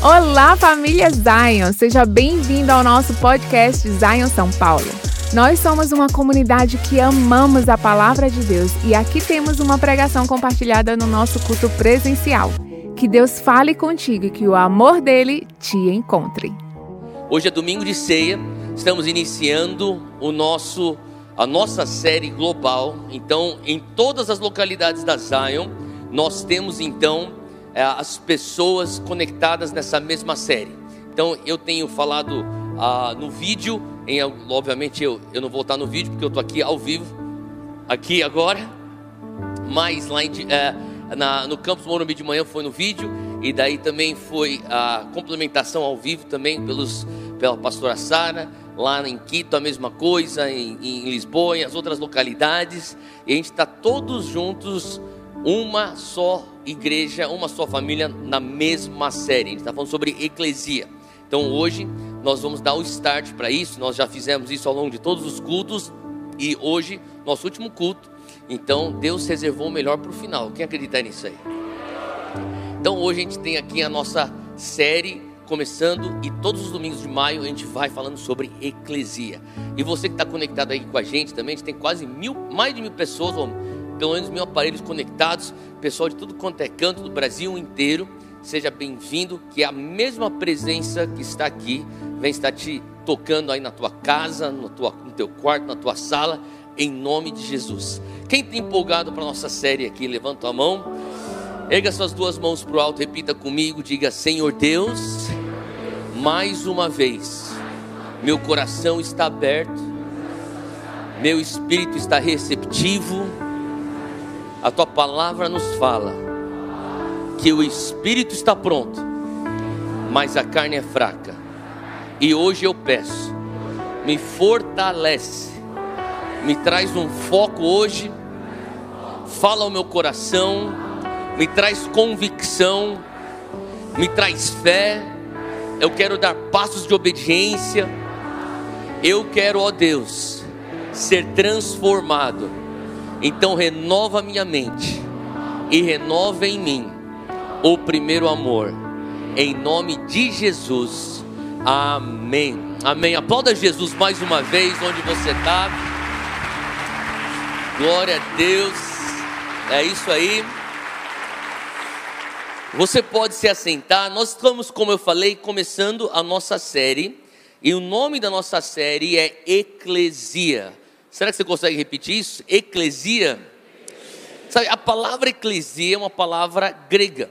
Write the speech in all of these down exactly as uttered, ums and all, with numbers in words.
Olá, família Zion! Seja bem-vindo ao nosso podcast Zion São Paulo. Nós somos uma comunidade que amamos a palavra de Deus e aqui temos uma pregação compartilhada no nosso culto presencial. Que Deus fale contigo e que o amor dele te encontre. Hoje é domingo de ceia, estamos iniciando o nosso, a nossa série global. Então, em todas as localidades da Zion, nós temos então as pessoas conectadas nessa mesma série. Então eu tenho falado ah, no vídeo, em, obviamente eu, eu não vou estar no vídeo porque eu estou aqui ao vivo, aqui agora, mas lá em, é, na, no Campus Morumbi de manhã foi no vídeo, e daí também foi a complementação ao vivo também pelos, pela pastora Sara, lá em Quito a mesma coisa, em, em Lisboa, em as outras localidades, e a gente está todos juntos, uma só igreja, uma só família na mesma série. A gente está falando sobre eclesia. Então hoje nós vamos dar o start para isso. Nós já fizemos isso ao longo de todos os cultos e hoje, nosso último culto. Então Deus reservou o melhor para o final. Quem acredita nisso aí? Então hoje a gente tem aqui a nossa série começando, e todos os domingos de maio a gente vai falando sobre eclesia. E você que está conectado aí com a gente também, a gente tem quase mil, mais de mil pessoas, ou pelo menos mil aparelhos conectados, pessoal de tudo quanto é canto do Brasil inteiro. Seja bem-vindo, que a mesma presença que está aqui vem estar te tocando aí na tua casa, no, tua, no teu quarto, na tua sala, em nome de Jesus. Quem está empolgado para a nossa série aqui, levanta a mão, erga suas duas mãos para o alto, repita comigo, diga: Senhor Deus, mais uma vez, meu coração está aberto, meu espírito está receptivo. A tua palavra nos fala que o espírito está pronto, mas a carne é fraca. E hoje eu peço, me fortalece, me traz um foco hoje, fala ao meu coração, me traz convicção, me traz fé. Eu quero dar passos de obediência. Eu quero, ó Deus, ser transformado. Então renova minha mente e renova em mim o primeiro amor, em nome de Jesus, amém, amém. Aplauda Jesus mais uma vez onde você está. Glória a Deus, é isso aí. Você pode se assentar. Nós estamos, como eu falei, começando a nossa série, e o nome da nossa série é Eclesia. Será que você consegue repetir isso? Eclesia. Sabe, a palavra eclesia é uma palavra grega.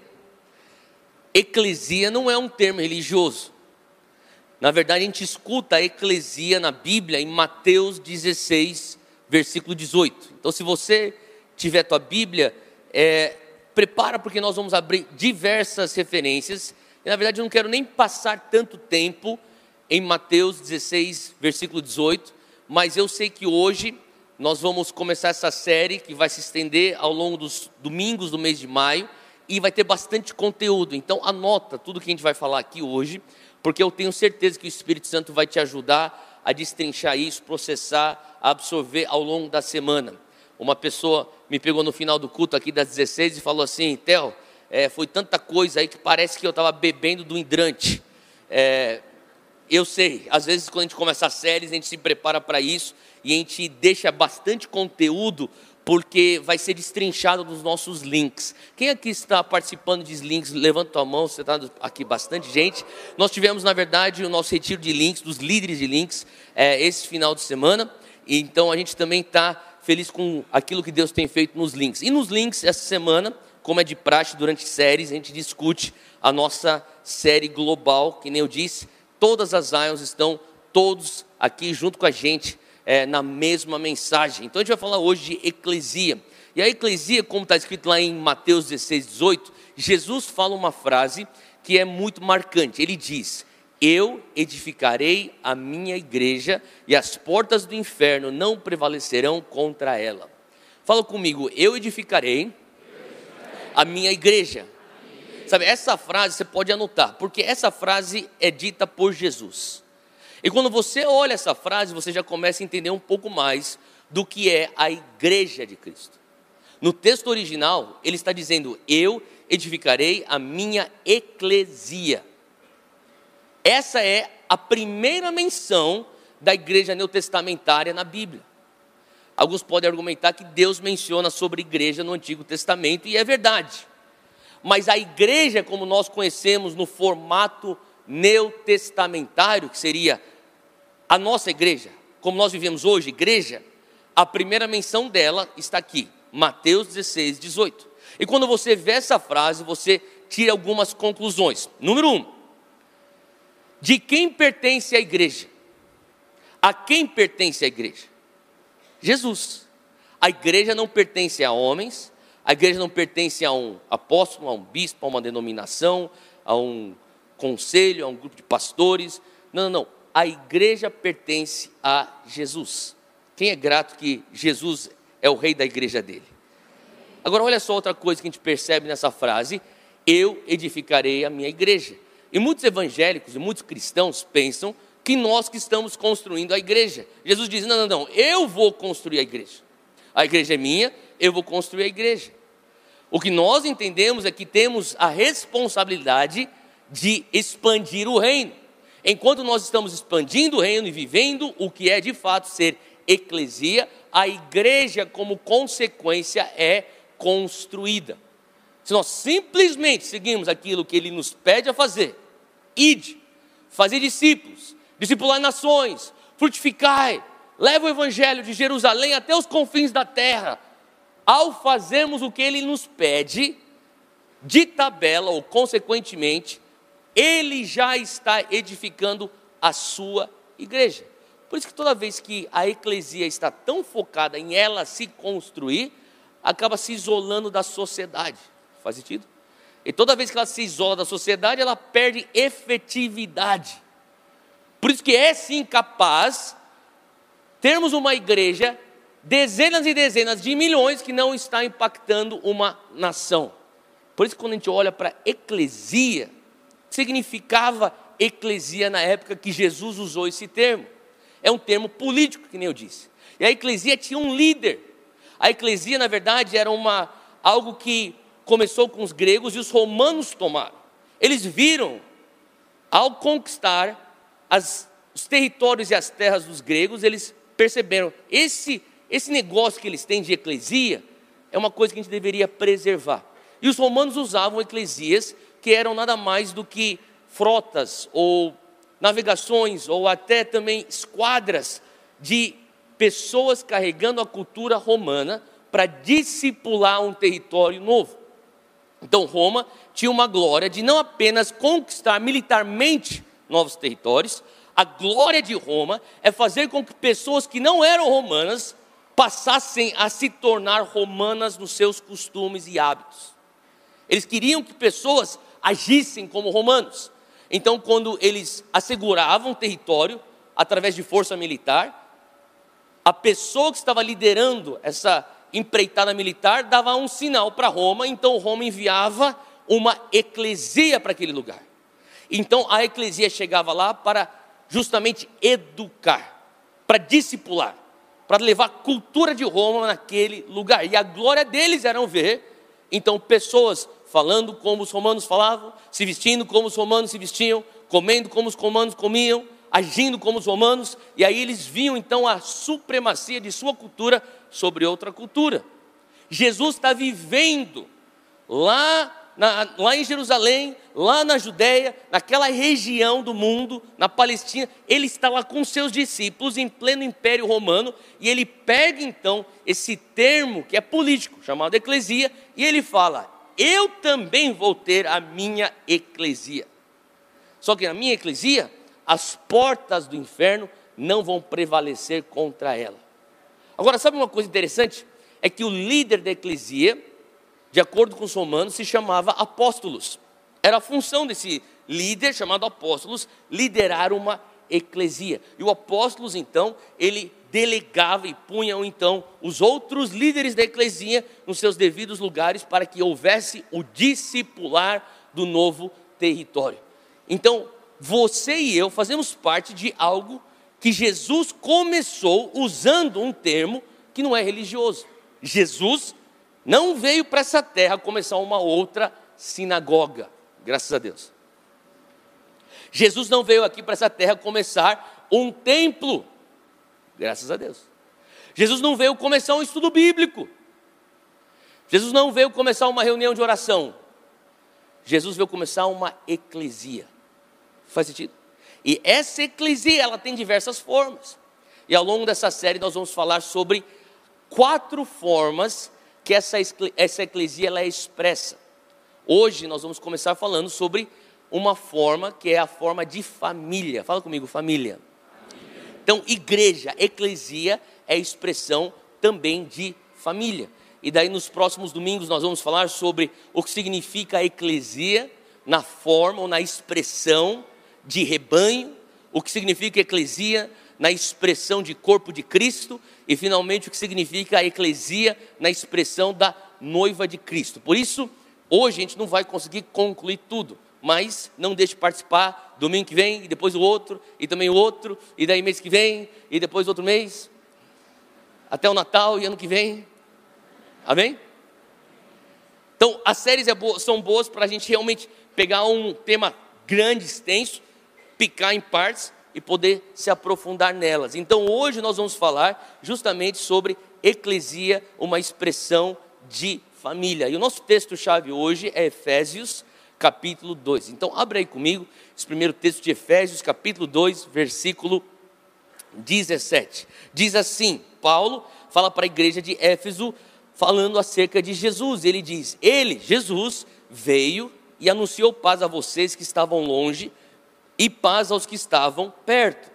Eclesia não é um termo religioso. Na verdade, a gente escuta a eclesia na Bíblia em Mateus dezesseis, versículo dezoito. Então, se você tiver tua Bíblia, é, prepara, porque nós vamos abrir diversas referências. E, na verdade, eu não quero nem passar tanto tempo em Mateus dezesseis, versículo dezoito. Mas eu sei que hoje nós vamos começar essa série que vai se estender ao longo dos domingos do mês de maio e vai ter bastante conteúdo. Então anota tudo que a gente vai falar aqui hoje, porque eu tenho certeza que o Espírito Santo vai te ajudar a destrinchar isso, processar, absorver ao longo da semana. Uma pessoa me pegou no final do culto aqui das dezesseis e falou assim: Theo, é, foi tanta coisa aí que parece que eu estava bebendo do hidrante. É... Eu sei, às vezes quando a gente começa as séries, a gente se prepara para isso e a gente deixa bastante conteúdo, porque vai ser destrinchado nos nossos links. Quem aqui está participando de links, levanta a mão, você está aqui bastante gente. Nós tivemos, na verdade, o nosso retiro de links, dos líderes de links, é, esse final de semana, e então a gente também está feliz com aquilo que Deus tem feito nos links. E nos links, essa semana, como é de praxe durante séries, a gente discute a nossa série global, que nem eu disse. Todas as Zions estão todos aqui junto com a gente é, na mesma mensagem. Então a gente vai falar hoje de eclesia. E a eclesia, como está escrito lá em Mateus dezesseis, dezoito, Jesus fala uma frase que é muito marcante. Ele diz: eu edificarei a minha igreja e as portas do inferno não prevalecerão contra ela. Fala comigo: eu edificarei a minha igreja. Sabe, essa frase você pode anotar, porque essa frase é dita por Jesus. E quando você olha essa frase, você já começa a entender um pouco mais do que é a igreja de Cristo. No texto original, ele está dizendo: eu edificarei a minha eclesia. Essa é a primeira menção da igreja neotestamentária na Bíblia. Alguns podem argumentar que Deus menciona sobre igreja no Antigo Testamento, e é verdade. Mas a igreja, como nós conhecemos no formato neotestamentário, que seria a nossa igreja, como nós vivemos hoje, igreja, a primeira menção dela está aqui, Mateus dezesseis, dezoito. E quando você vê essa frase, você tira algumas conclusões. Número um, de quem pertence a igreja? A quem pertence a igreja? Jesus. A igreja não pertence a homens, a igreja não pertence a um apóstolo, a um bispo, a uma denominação, a um conselho, a um grupo de pastores. Não, não, não. A igreja pertence a Jesus. Quem é grato que Jesus é o rei da igreja dele? Agora olha só outra coisa que a gente percebe nessa frase: eu edificarei a minha igreja. E muitos evangélicos e muitos cristãos pensam que nós que estamos construindo a igreja. Jesus diz: não, não, não, eu vou construir a igreja. A igreja é minha, eu vou construir a igreja. O que nós entendemos é que temos a responsabilidade de expandir o reino. Enquanto nós estamos expandindo o reino e vivendo o que é de fato ser eclesia, a igreja como consequência é construída. Se nós simplesmente seguimos aquilo que ele nos pede a fazer, ide, fazer discípulos, discipular nações, frutificai, leva o evangelho de Jerusalém até os confins da terra. Ao fazermos o que ele nos pede, de tabela ou consequentemente, ele já está edificando a sua igreja. Por isso que toda vez que a eclesia está tão focada em ela se construir, acaba se isolando da sociedade. Faz sentido? E toda vez que ela se isola da sociedade, ela perde efetividade. Por isso que é sim capaz termos uma igreja, dezenas e dezenas de milhões, que não está impactando uma nação. Por isso que quando a gente olha para eclesia, significava eclesia na época que Jesus usou esse termo. É um termo político, que nem eu disse. E a eclesia tinha um líder. A eclesia, na verdade, era uma, algo que começou com os gregos e os romanos tomaram. Eles viram, ao conquistar as, os territórios e as terras dos gregos, eles perceberam, esse, esse negócio que eles têm de eclesia é uma coisa que a gente deveria preservar. E os romanos usavam eclesias que eram nada mais do que frotas ou navegações ou até também esquadras de pessoas carregando a cultura romana para discipular um território novo. Então Roma tinha uma glória de não apenas conquistar militarmente novos territórios, a glória de Roma é fazer com que pessoas que não eram romanas passassem a se tornar romanas nos seus costumes e hábitos. Eles queriam que pessoas agissem como romanos. Então, quando eles asseguravam território através de força militar, a pessoa que estava liderando essa empreitada militar dava um sinal para Roma, então Roma enviava uma eclesia para aquele lugar. Então a eclesia chegava lá para justamente educar, para discipular, para levar a cultura de Roma naquele lugar. E a glória deles era ver, então, pessoas falando como os romanos falavam, se vestindo como os romanos se vestiam, comendo como os romanos comiam, agindo como os romanos, e aí eles viam então a supremacia de sua cultura sobre outra cultura. Jesus está vivendo lá, na, lá em Jerusalém, lá na Judéia, naquela região do mundo, na Palestina. Ele está lá com seus discípulos em pleno Império Romano, e ele pega então esse termo que é político, chamado eclesia, e ele fala: eu também vou ter a minha eclesia. Só que na minha eclesia, as portas do inferno não vão prevalecer contra ela. Agora, sabe uma coisa interessante? É que o líder da eclesia, de acordo com os romanos, se chamava apóstolos. Era a função desse líder, chamado apóstolos, liderar uma eclesia. E o apóstolos, então, ele delegava e punham, então, os outros líderes da eclesia nos seus devidos lugares para que houvesse o discipular do novo território. Então, você e eu fazemos parte de algo que Jesus começou usando um termo que não é religioso. Jesus não veio para essa terra começar uma outra sinagoga, graças a Deus. Jesus não veio aqui para essa terra começar um templo, graças a Deus. Jesus não veio começar um estudo bíblico. Jesus não veio começar uma reunião de oração. Jesus veio começar uma eclesia. Faz sentido? E essa eclesia, ela tem diversas formas. E ao longo dessa série nós vamos falar sobre quatro formas que essa, essa eclesia ela é expressa. Hoje nós vamos começar falando sobre uma forma que é a forma de família. Fala comigo, família. família. Então, igreja, eclesia é expressão também de família. E daí nos próximos domingos nós vamos falar sobre o que significa a eclesia na forma ou na expressão de rebanho, o que significa eclesia na expressão de corpo de Cristo e finalmente o que significa a eclesia na expressão da noiva de Cristo. Por isso, hoje a gente não vai conseguir concluir tudo, mas não deixe de participar domingo que vem, e depois o outro, e também o outro, e daí mês que vem, e depois outro mês, até o Natal e ano que vem. Amém? Então, as séries é bo- são boas para a gente realmente pegar um tema grande, extenso, picar em partes e poder se aprofundar nelas. Então, hoje nós vamos falar justamente sobre eclesia, uma expressão de família. E o nosso texto-chave hoje é Efésios, capítulo dois. Então, abre aí comigo esse primeiro texto de Efésios, capítulo dois, versículo dezessete. Diz assim, Paulo fala para a igreja de Éfeso, falando acerca de Jesus. Ele diz, ele, Jesus, veio e anunciou paz a vocês que estavam longe e paz aos que estavam perto.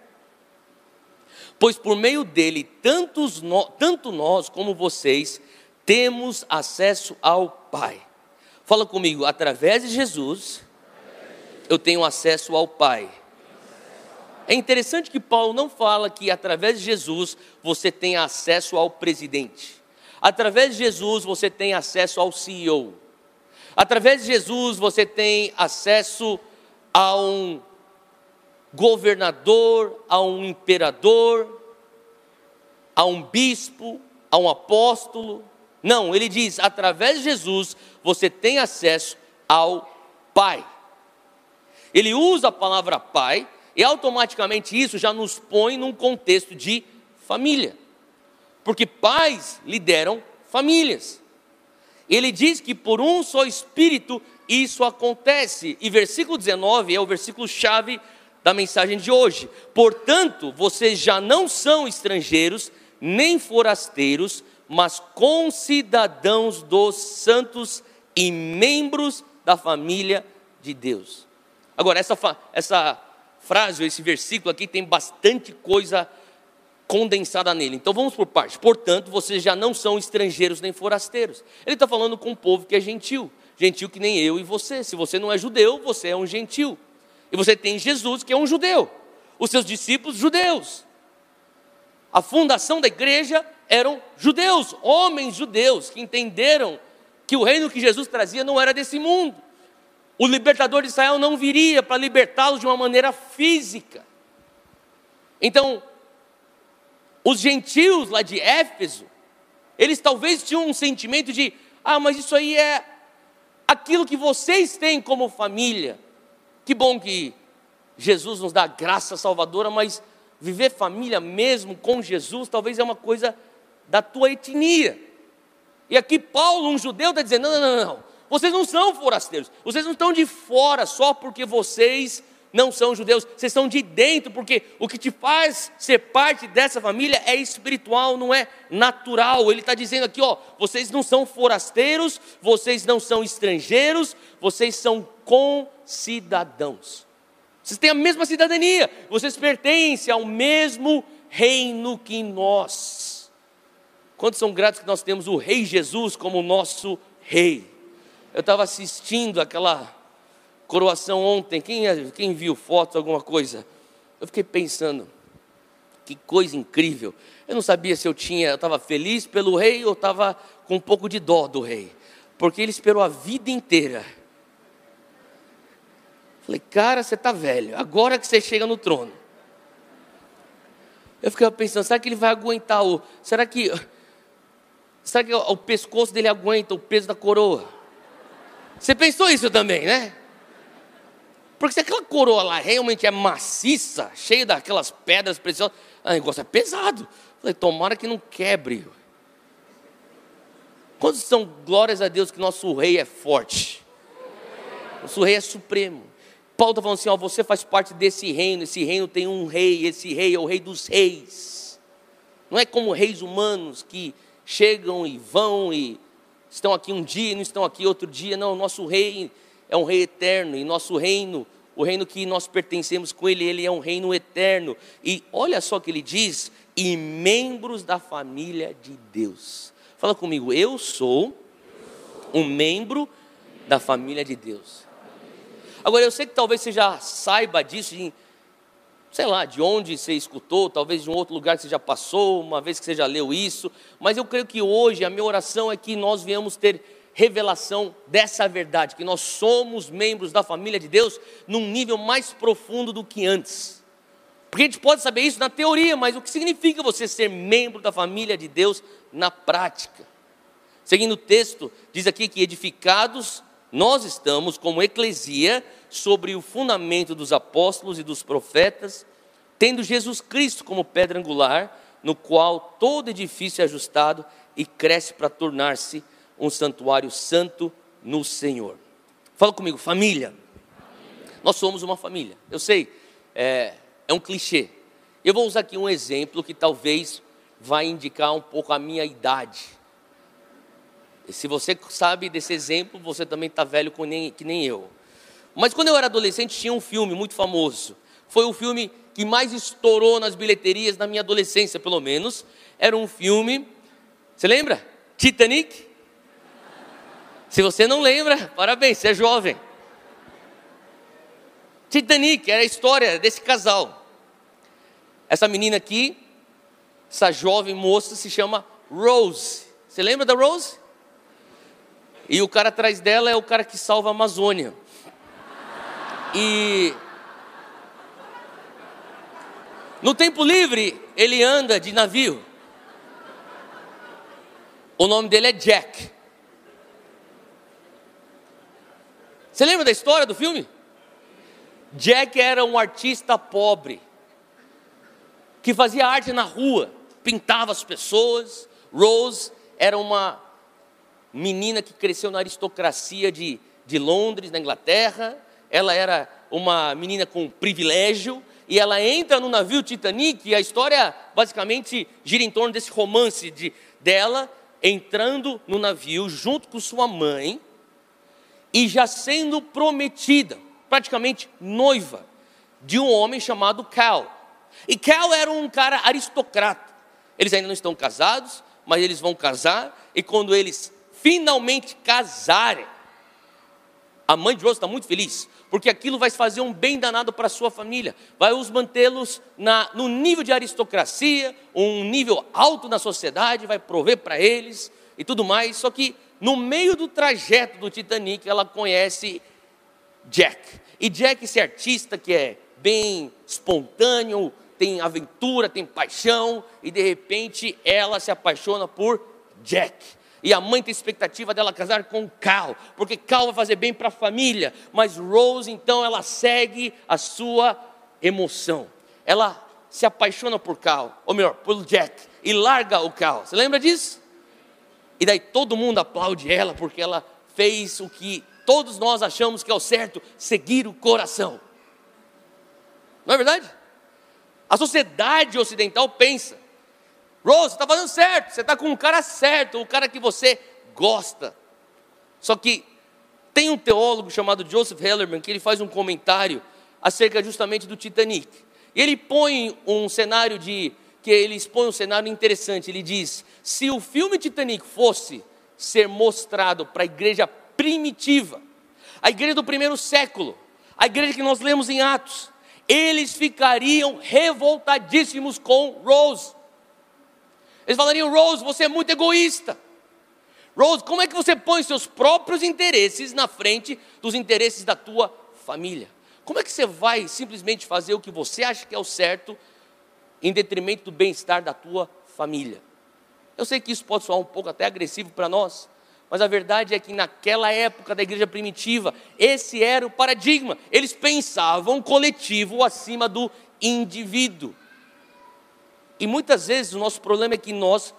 Pois por meio dele, tantos no, tanto nós como vocês, temos acesso ao Pai. Fala comigo, através de Jesus, eu tenho acesso ao Pai. É interessante que Paulo não fala que através de Jesus você tem acesso ao presidente. Através de Jesus você tem acesso ao C E O. Através de Jesus você tem acesso a um governador, a um imperador, a um bispo, a um apóstolo. Não, ele diz, através de Jesus você tem acesso ao Pai. Ele usa a palavra Pai e automaticamente isso já nos põe num contexto de família. Porque pais lideram famílias. Ele diz que por um só Espírito isso acontece. E versículo dezenove é o versículo chave da mensagem de hoje. Portanto, vocês já não são estrangeiros, nem forasteiros, mas concidadãos dos santos e membros da família de Deus. Agora, essa, essa frase, esse versículo aqui tem bastante coisa condensada nele. Então vamos por partes. Portanto, vocês já não são estrangeiros nem forasteiros. Ele está falando com um povo que é gentil. Gentil que nem eu e você. Se você não é judeu, você é um gentil. E você tem Jesus que é um judeu. Os seus discípulos judeus. A fundação da igreja eram judeus, homens judeus, que entenderam que o reino que Jesus trazia não era desse mundo. O libertador de Israel não viria para libertá-los de uma maneira física. Então, os gentios lá de Éfeso, eles talvez tinham um sentimento de, ah, mas isso aí é aquilo que vocês têm como família. Que bom que Jesus nos dá graça salvadora, mas viver família mesmo com Jesus, talvez é uma coisa da tua etnia. E aqui Paulo, um judeu, está dizendo, não, não, não, não, vocês não são forasteiros, vocês não estão de fora só porque vocês não são judeus, vocês são de dentro, porque o que te faz ser parte dessa família é espiritual, não é natural. Ele está dizendo aqui, ó, vocês não são forasteiros, vocês não são estrangeiros, vocês são concidadãos. Vocês têm a mesma cidadania, vocês pertencem ao mesmo reino que nós. Quantos são gratos que nós temos o Rei Jesus como nosso Rei? Eu estava assistindo aquela coroação ontem, quem, quem viu fotos, alguma coisa? Eu fiquei pensando, que coisa incrível. Eu não sabia se eu tinha, eu estava feliz pelo rei ou estava com um pouco de dó do rei, porque ele esperou a vida inteira. Falei, cara, você está velho, agora que você chega no trono. Eu fiquei pensando, será que ele vai aguentar o... Será que, será que o pescoço dele aguenta o peso da coroa? Você pensou isso também, né? Porque se aquela coroa lá realmente é maciça, cheia daquelas pedras preciosas, o negócio é pesado. Eu falei, tomara que não quebre. Quantos são glórias a Deus que nosso rei é forte? Nosso rei é supremo. Paulo está falando assim, ó, você faz parte desse reino, esse reino tem um rei, esse rei é o rei dos reis. Não é como reis humanos que chegam e vão e estão aqui um dia e não estão aqui outro dia. Não, nosso rei é um rei eterno, e nosso reino, o reino que nós pertencemos com ele, ele é um reino eterno. E olha só o que ele diz, e membros da família de Deus. Fala comigo, eu sou um membro da família de Deus. Agora, eu sei que talvez você já saiba disso, de, sei lá, de onde você escutou, talvez de um outro lugar que você já passou, uma vez que você já leu isso, mas eu creio que hoje a minha oração é que nós venhamos ter revelação dessa verdade, que nós somos membros da família de Deus num nível mais profundo do que antes. Porque a gente pode saber isso na teoria, mas o que significa você ser membro da família de Deus na prática? Seguindo o texto, diz aqui que edificados nós estamos como eclesia sobre o fundamento dos apóstolos e dos profetas, tendo Jesus Cristo como pedra angular, no qual todo edifício é ajustado e cresce para tornar-se um santuário santo no Senhor. Fala comigo, família. Nós somos uma família. Eu sei, é, é um clichê. Eu vou usar aqui um exemplo que talvez vai indicar um pouco a minha idade. E se você sabe desse exemplo, você também está velho que nem, que nem eu. Mas quando eu era adolescente, tinha um filme muito famoso. Foi o filme que mais estourou nas bilheterias na minha adolescência, pelo menos. Era um filme, você lembra? Titanic? Se você não lembra, parabéns, você é jovem. Titanic era a história desse casal. Essa menina aqui, essa jovem moça se chama Rose. Você lembra da Rose? E o cara atrás dela é o cara que salva a Amazônia. E no tempo livre, ele anda de navio. O nome dele é Jack. Você lembra da história do filme? Jack era um artista pobre, que fazia arte na rua, pintava as pessoas. Rose era uma menina que cresceu na aristocracia de, de Londres, na Inglaterra. Ela era uma menina com privilégio, e ela entra no navio Titanic, e a história basicamente gira em torno desse romance de, dela entrando no navio junto com sua mãe, e já sendo prometida, praticamente noiva, de um homem chamado Cal. E Cal era um cara aristocrata. Eles ainda não estão casados, mas eles vão casar, e quando eles finalmente casarem, a mãe de Rose está muito feliz, porque aquilo vai fazer um bem danado para a sua família, vai os mantê-los na, no nível de aristocracia, um nível alto na sociedade, vai prover para eles e tudo mais. Só que no meio do trajeto do Titanic, ela conhece Jack, e Jack, esse artista que é bem espontâneo, tem aventura, tem paixão, e de repente ela se apaixona por Jack. E a mãe tem expectativa dela casar com Cal, porque Cal vai fazer bem para a família. Mas Rose, então, ela segue a sua emoção. Ela se apaixona por Cal, ou melhor, por Jack, e larga o Cal. Você lembra disso? E daí todo mundo aplaude ela, porque ela fez o que todos nós achamos que é o certo, seguir o coração. Não é verdade? A sociedade ocidental pensa: Rose, você está fazendo certo, você está com o cara certo, o cara que você gosta. Só que tem um teólogo chamado Joseph Hellerman, que ele faz um comentário acerca justamente do Titanic. E ele põe um cenário de, que ele expõe um cenário interessante. Ele diz: se o filme Titanic fosse ser mostrado para a igreja primitiva, a igreja do primeiro século, a igreja que nós lemos em Atos, eles ficariam revoltadíssimos com Rose. Eles falariam: Rose, você é muito egoísta. Rose, como é que você põe seus próprios interesses na frente dos interesses da tua família? Como é que você vai simplesmente fazer o que você acha que é o certo, em detrimento do bem-estar da tua família? Eu sei que isso pode soar um pouco até agressivo para nós, Mas a verdade é que naquela época da igreja primitiva, esse era o paradigma. Eles pensavam coletivo acima do indivíduo. E muitas vezes o nosso problema é que nós,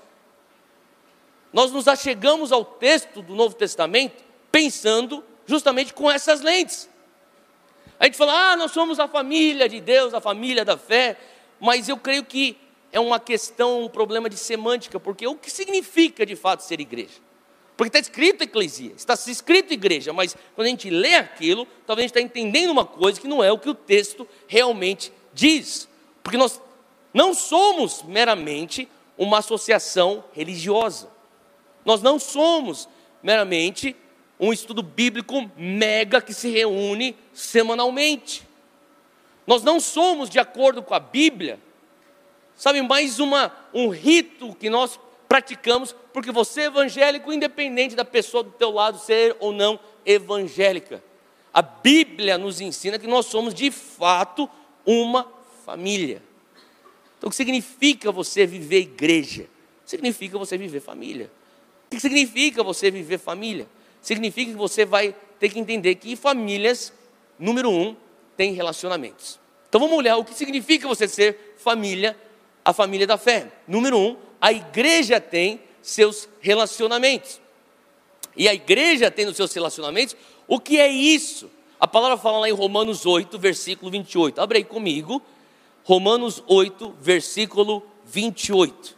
nós nos achegamos ao texto do Novo Testamento pensando justamente com essas lentes. A gente fala, ah, nós somos a família de Deus, a família da fé, mas eu creio que é uma questão, um problema de semântica, porque o que significa de fato ser igreja? Porque está escrito eclesia, está escrito igreja, mas quando a gente lê aquilo, talvez a gente está entendendo uma coisa que não é o que o texto realmente diz. Porque nós não somos meramente uma associação religiosa. Nós não somos meramente um estudo bíblico mega que se reúne semanalmente. Nós não somos, de acordo com a Bíblia, sabe, mais uma, um rito que nós praticamos, porque você é evangélico, independente da pessoa do teu lado ser ou não evangélica. A Bíblia nos ensina que nós somos de fato uma família. Então o que significa você viver igreja? Significa você viver família. O que significa você viver família? Significa que você vai ter que entender que famílias, número um, têm relacionamentos. Então vamos olhar o que significa você ser família, a família da fé. Número um, a igreja tem seus relacionamentos. E a igreja tem nos seus relacionamentos, o que é isso? A palavra fala lá em Romanos oito, versículo vinte e oito. Abre aí comigo, Romanos oito, versículo vinte e oito.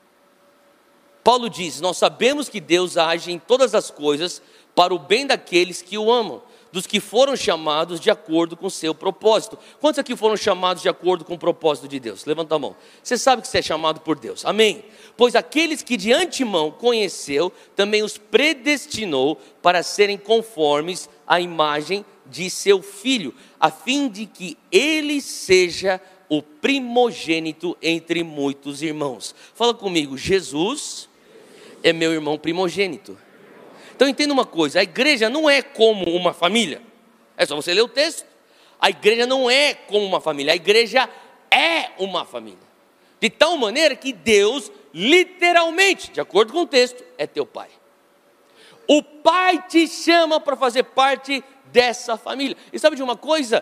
Paulo diz, nós sabemos que Deus age em todas as coisas para o bem daqueles que o amam, dos que foram chamados de acordo com o seu propósito. Quantos aqui foram chamados de acordo com o propósito de Deus? Levanta a mão. Você sabe que você é chamado por Deus, amém? Pois aqueles que de antemão conheceu, também os predestinou para serem conformes à imagem de seu Filho, a fim de que ele seja o primogênito entre muitos irmãos. Fala comigo, Jesus é meu irmão primogênito. Então entenda uma coisa, a igreja não é como uma família. É só você ler o texto. A igreja não é como uma família, a igreja é uma família. De tal maneira que Deus, literalmente, de acordo com o texto, é teu pai. O pai te chama para fazer parte dessa família. E sabe de uma coisa?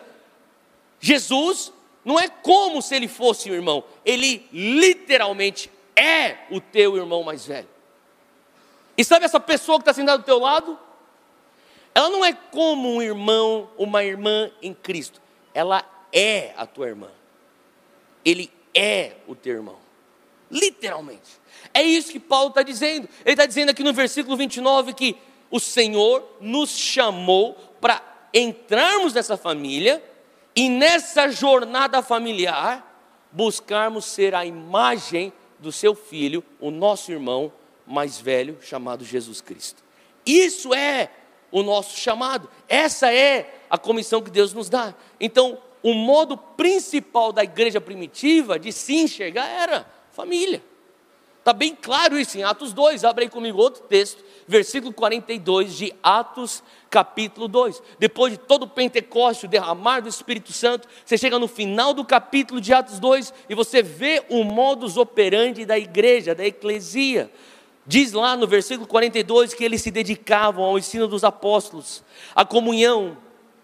Jesus não é como se ele fosse um irmão. Ele literalmente é o teu irmão mais velho. E sabe essa pessoa que está sentada do teu lado? Ela não é como um irmão, uma irmã em Cristo. Ela é a tua irmã. Ele é o teu irmão. Literalmente. É isso que Paulo está dizendo. Ele está dizendo aqui no versículo vinte e nove que o Senhor nos chamou para entrarmos nessa família e nessa jornada familiar buscarmos ser a imagem do seu Filho, o nosso irmão mais velho, chamado Jesus Cristo. Isso é o nosso chamado. Essa é a comissão que Deus nos dá. Então, o modo principal da igreja primitiva de se enxergar era família. Está bem claro isso em Atos dois. Abre aí comigo outro texto, versículo quarenta e dois de Atos capítulo dois. Depois de todo o Pentecostes, o derramar do Espírito Santo, você chega no final do capítulo de Atos dois e você vê o modus operandi da igreja, da eclesia. Diz lá no versículo quarenta e dois que eles se dedicavam ao ensino dos apóstolos, à comunhão,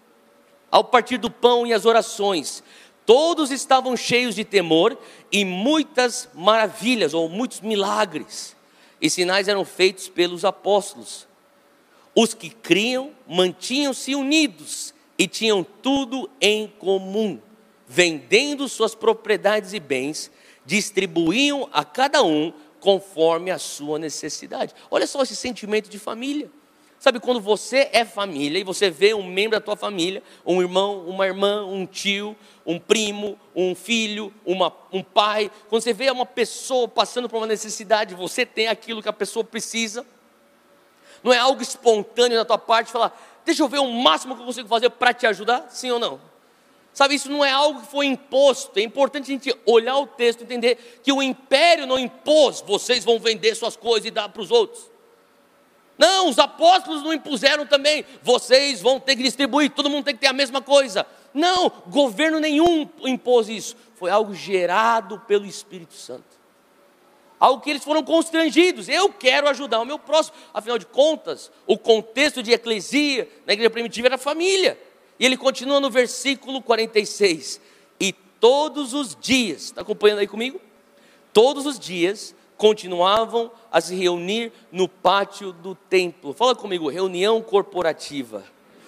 ao partir do pão e às orações. Todos estavam cheios de temor e muitas maravilhas ou muitos milagres e sinais eram feitos pelos apóstolos. Os que criam mantinham-se unidos e tinham tudo em comum, vendendo suas propriedades e bens, distribuíam a cada um conforme a sua necessidade. Olha só esse sentimento de família. Sabe, quando você é família e você vê um membro da tua família, um irmão, uma irmã, um tio, um primo, um filho, uma, um pai, quando você vê uma pessoa passando por uma necessidade, você tem aquilo que a pessoa precisa, não é algo espontâneo da tua parte, falar, deixa eu ver o máximo que eu consigo fazer para te ajudar, sim ou não? Sabe, isso não é algo que foi imposto. É importante a gente olhar o texto e entender que o império não impôs, vocês vão vender suas coisas e dar para os outros. Não, os apóstolos não impuseram também, vocês vão ter que distribuir, todo mundo tem que ter a mesma coisa. Não, governo nenhum impôs isso. Foi algo gerado pelo Espírito Santo. algo que eles foram constrangidos. Eu quero ajudar o meu próximo. Afinal de contas, o contexto de eclesia na igreja primitiva era família. E ele continua no versículo quarenta e seis. E todos os dias, está acompanhando aí comigo? Todos os dias continuavam a se reunir no pátio do templo. Fala comigo, reunião corporativa.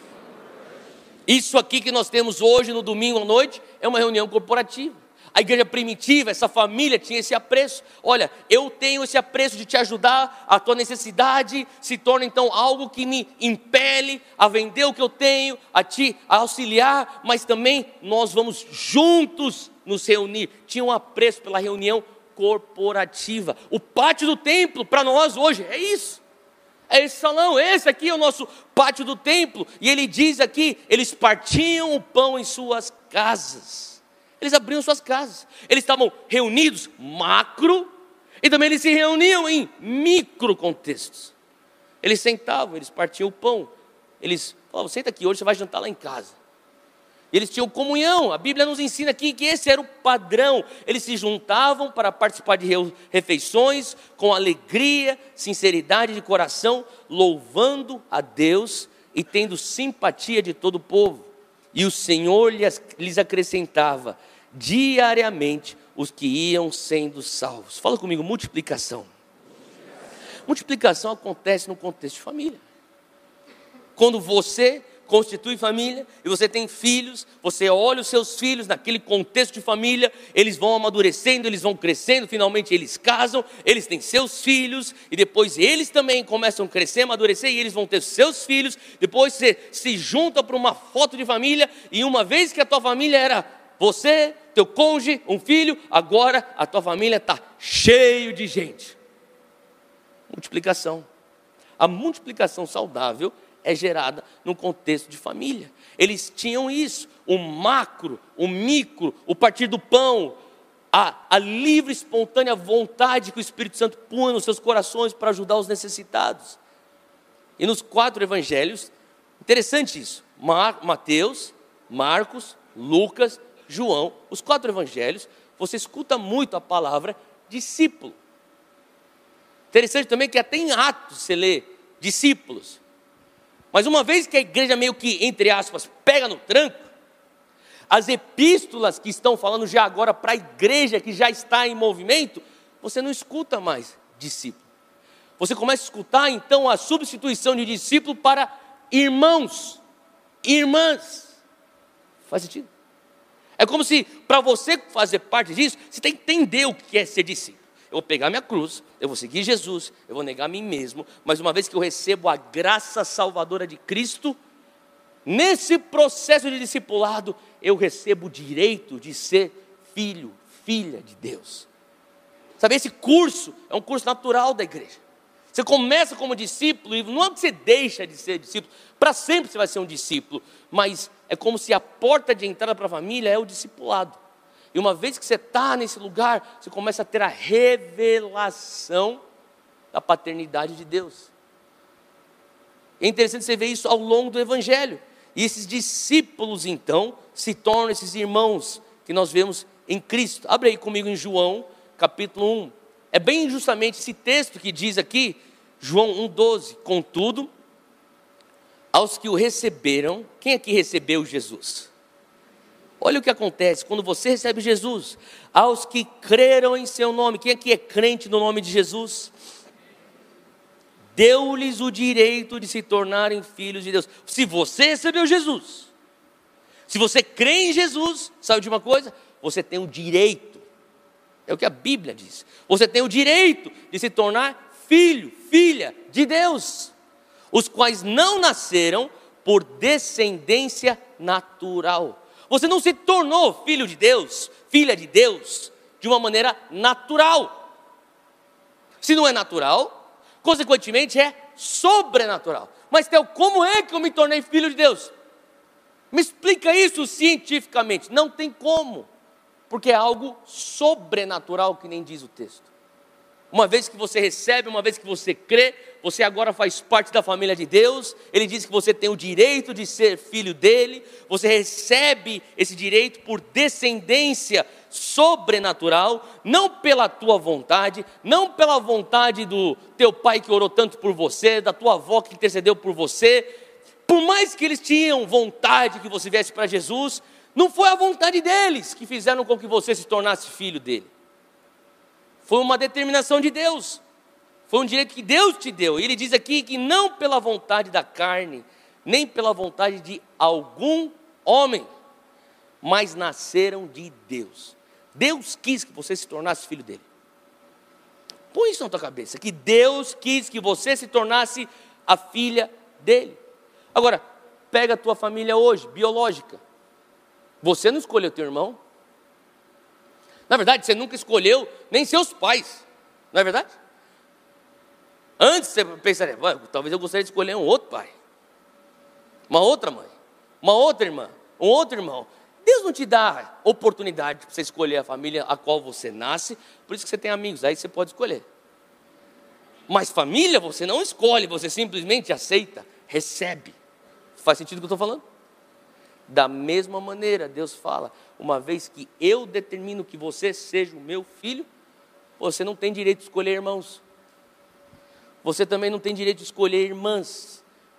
Isso aqui que nós temos hoje no domingo à noite é uma reunião corporativa. A igreja primitiva, essa família tinha esse apreço. Olha, eu tenho esse apreço de te ajudar, a tua necessidade se torna então algo que me impele a vender o que eu tenho, a te auxiliar, mas também nós vamos juntos nos reunir. Tinha um apreço pela reunião corporativa. O pátio do templo para nós hoje é isso. É esse salão, esse aqui é o nosso pátio do templo. E ele diz aqui, eles partiam o pão em suas casas. Eles abriam suas casas. Eles estavam reunidos macro e também eles se reuniam em micro contextos. Eles sentavam, eles partiam o pão. Eles falavam, senta aqui, hoje você vai jantar lá em casa. Eles tinham comunhão. A Bíblia nos ensina aqui que esse era o padrão. Eles se juntavam para participar de refeições com alegria, sinceridade de coração, louvando a Deus e tendo simpatia de todo o povo. E o Senhor lhes acrescentava diariamente os que iam sendo salvos. Fala comigo, multiplicação. Multiplicação acontece no contexto de família. Quando você constitui família e você tem filhos, você olha os seus filhos naquele contexto de família, eles vão amadurecendo, eles vão crescendo, finalmente eles casam, eles têm seus filhos e depois eles também começam a crescer, amadurecer e eles vão ter seus filhos. Depois você se junta para uma foto de família e uma vez que a tua família era você, teu cônjuge, um filho, agora a tua família está cheio de gente. Multiplicação. A multiplicação saudável é gerada no contexto de família. Eles tinham isso, o macro, o micro, o partir do pão, a, a livre, espontânea vontade que o Espírito Santo punha nos seus corações para ajudar os necessitados. E nos quatro evangelhos, interessante isso, Mateus, Marcos, Lucas, João, os quatro evangelhos, você escuta muito a palavra discípulo. Interessante também que até em Atos você lê discípulos. Mas uma vez que a igreja meio que, entre aspas, pega no tranco, as epístolas que estão falando já agora para a igreja que já está em movimento, você não escuta mais discípulo. Você começa a escutar então a substituição de discípulo para irmãos, irmãs. Faz sentido? É como se para você fazer parte disso, você tem que entender o que é ser discípulo. Eu vou pegar minha cruz, eu vou seguir Jesus, eu vou negar a mim mesmo, mas uma vez que eu recebo a graça salvadora de Cristo, nesse processo de discipulado, eu recebo o direito de ser filho, filha de Deus. Sabe, esse curso é um curso natural da igreja. Você começa como discípulo, e não é que você deixa de ser discípulo, para sempre você vai ser um discípulo, mas é como se a porta de entrada para a família é o discipulado. E uma vez que você está nesse lugar, você começa a ter a revelação da paternidade de Deus. É interessante você ver isso ao longo do Evangelho. E esses discípulos, então, se tornam esses irmãos que nós vemos em Cristo. Abre aí comigo em João, capítulo um. É bem justamente esse texto que diz aqui, João um, doze. Contudo, aos que o receberam, quem aqui recebeu Jesus? Olha o que acontece quando você recebe Jesus. Aos que creram em seu nome. Quem aqui é crente no nome de Jesus? Deu-lhes o direito de se tornarem filhos de Deus. Se você recebeu Jesus, se você crê em Jesus, sabe de uma coisa? Você tem o direito, é o que a Bíblia diz, você tem o direito de se tornar filho, filha de Deus, os quais não nasceram por descendência natural. Você não se tornou filho de Deus, filha de Deus, de uma maneira natural. Se não é natural, consequentemente é sobrenatural. Mas, Theo, como é que eu me tornei filho de Deus? Me explica isso cientificamente. Não tem como, porque é algo sobrenatural, que nem diz o texto. uma vez que você recebe, uma vez que você crê, você agora faz parte da família de Deus. Ele diz que você tem o direito de ser filho dele. Você recebe esse direito por descendência sobrenatural, não pela tua vontade, não pela vontade do teu pai que orou tanto por você, da tua avó que intercedeu por você. Por mais que eles tinham vontade que você viesse para Jesus, não foi a vontade deles que fizeram com que você se tornasse filho dele. Foi uma determinação de Deus. Foi um direito que Deus te deu. E ele diz aqui que não pela vontade da carne, nem pela vontade de algum homem, mas nasceram de Deus. Deus quis que você se tornasse filho dele. Põe isso na tua cabeça, que Deus quis que você se tornasse a filha dele. Agora, pega a tua família hoje, biológica. Você não escolheu teu irmão. Na verdade, você nunca escolheu nem seus pais. Não é verdade? Antes você pensaria, talvez eu gostaria de escolher um outro pai, uma outra mãe, uma outra irmã, um outro irmão. Deus não te dá oportunidade para você escolher a família a qual você nasce. Por isso que você tem amigos, aí você pode escolher. Mas família você não escolhe, você simplesmente aceita, recebe. Faz sentido o que eu estou falando? Da mesma maneira, Deus fala, uma vez que eu determino que você seja o meu filho, você não tem direito de escolher irmãos. Você também não tem direito de escolher irmãs.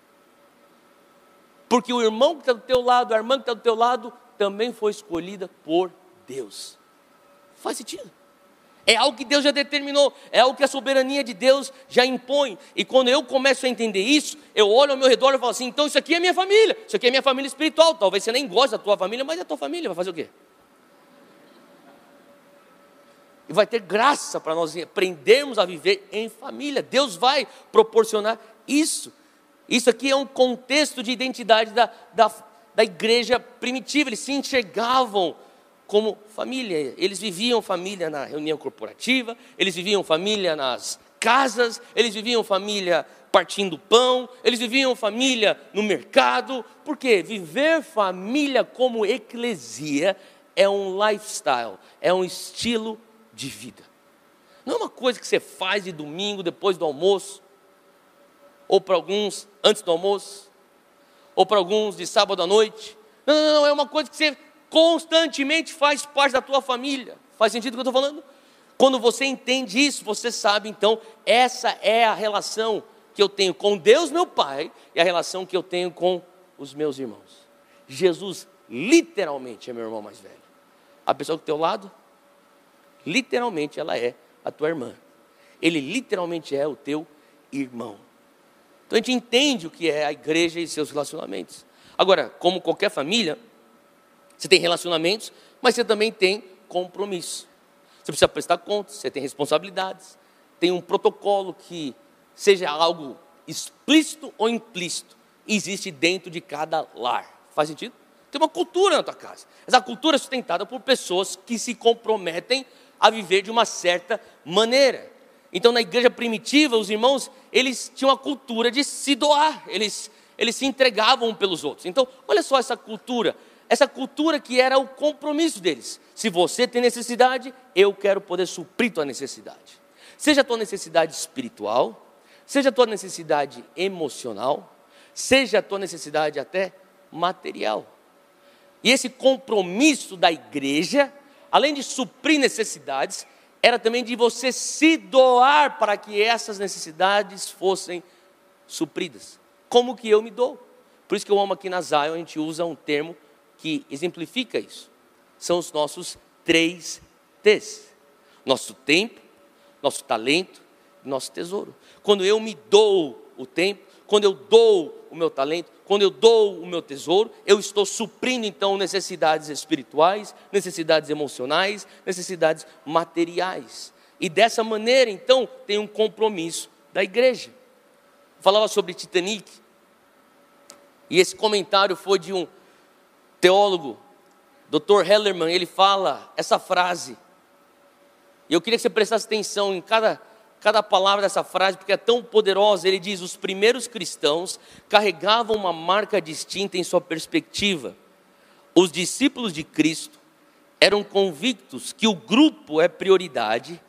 Porque o irmão que está do teu lado, a irmã que está do teu lado, também foi escolhida por Deus. Faz sentido? É algo que Deus já determinou, é algo que a soberania de Deus já impõe. E quando eu começo a entender isso, eu olho ao meu redor e falo assim, então isso aqui é minha família, isso aqui é minha família espiritual. Talvez você nem goste da tua família, mas é a tua família, vai fazer o quê? E vai ter graça para nós aprendermos a viver em família. Deus vai proporcionar isso. Isso aqui é um contexto de identidade da, da, da igreja primitiva. Eles se enxergavam como família. Eles viviam família na reunião corporativa, eles viviam família nas casas, eles viviam família partindo pão, eles viviam família no mercado. Por quê? Viver família como eclesia é um lifestyle, é um estilo de vida. Não é uma coisa que você faz de domingo, depois do almoço, ou para alguns antes do almoço, ou para alguns de sábado à noite. Não, não, não, é uma coisa que você constantemente faz parte da tua família. Faz sentido o que eu estou falando? Quando você entende isso, você sabe, então, essa é a relação que eu tenho com Deus, meu Pai, e a relação que eu tenho com os meus irmãos. Jesus literalmente é meu irmão mais velho. A pessoa do teu lado, literalmente ela é a tua irmã. Ele literalmente é o teu irmão. Então a gente entende o que é a igreja e seus relacionamentos. Agora, como qualquer família, você tem relacionamentos, mas você também tem compromisso. Você precisa prestar contas, você tem responsabilidades, tem um protocolo que, seja algo explícito ou implícito, existe dentro de cada lar. Faz sentido? Tem uma cultura na tua casa. Essa cultura é sustentada por pessoas que se comprometem a viver de uma certa maneira. Então, na igreja primitiva, os irmãos, eles tinham a cultura de se doar, eles, eles se entregavam um pelos outros. Então, olha só essa cultura, essa cultura que era o compromisso deles. Se você tem necessidade, eu quero poder suprir tua necessidade. Seja a tua necessidade espiritual, seja a tua necessidade emocional, seja a tua necessidade até material. E esse compromisso da igreja, além de suprir necessidades, era também de você se doar para que essas necessidades fossem supridas. Como que eu me dou? Por isso que eu amo aqui na Zion, a gente usa um termo que exemplifica isso. São os nossos três T's. Nosso tempo, nosso talento e nosso tesouro. Quando eu me dou o tempo, quando eu dou o meu talento, quando eu dou o meu tesouro, eu estou suprindo então necessidades espirituais, necessidades emocionais, necessidades materiais. E dessa maneira então tem um compromisso da igreja. Eu falava sobre Titanic, e esse comentário foi de um teólogo, doutor Hellerman. Ele fala essa frase, e eu queria que você prestasse atenção em cada Cada palavra dessa frase, porque é tão poderosa. Ele diz: os primeiros cristãos carregavam uma marca distinta em sua perspectiva. Os discípulos de Cristo eram convictos que o grupo é prioridade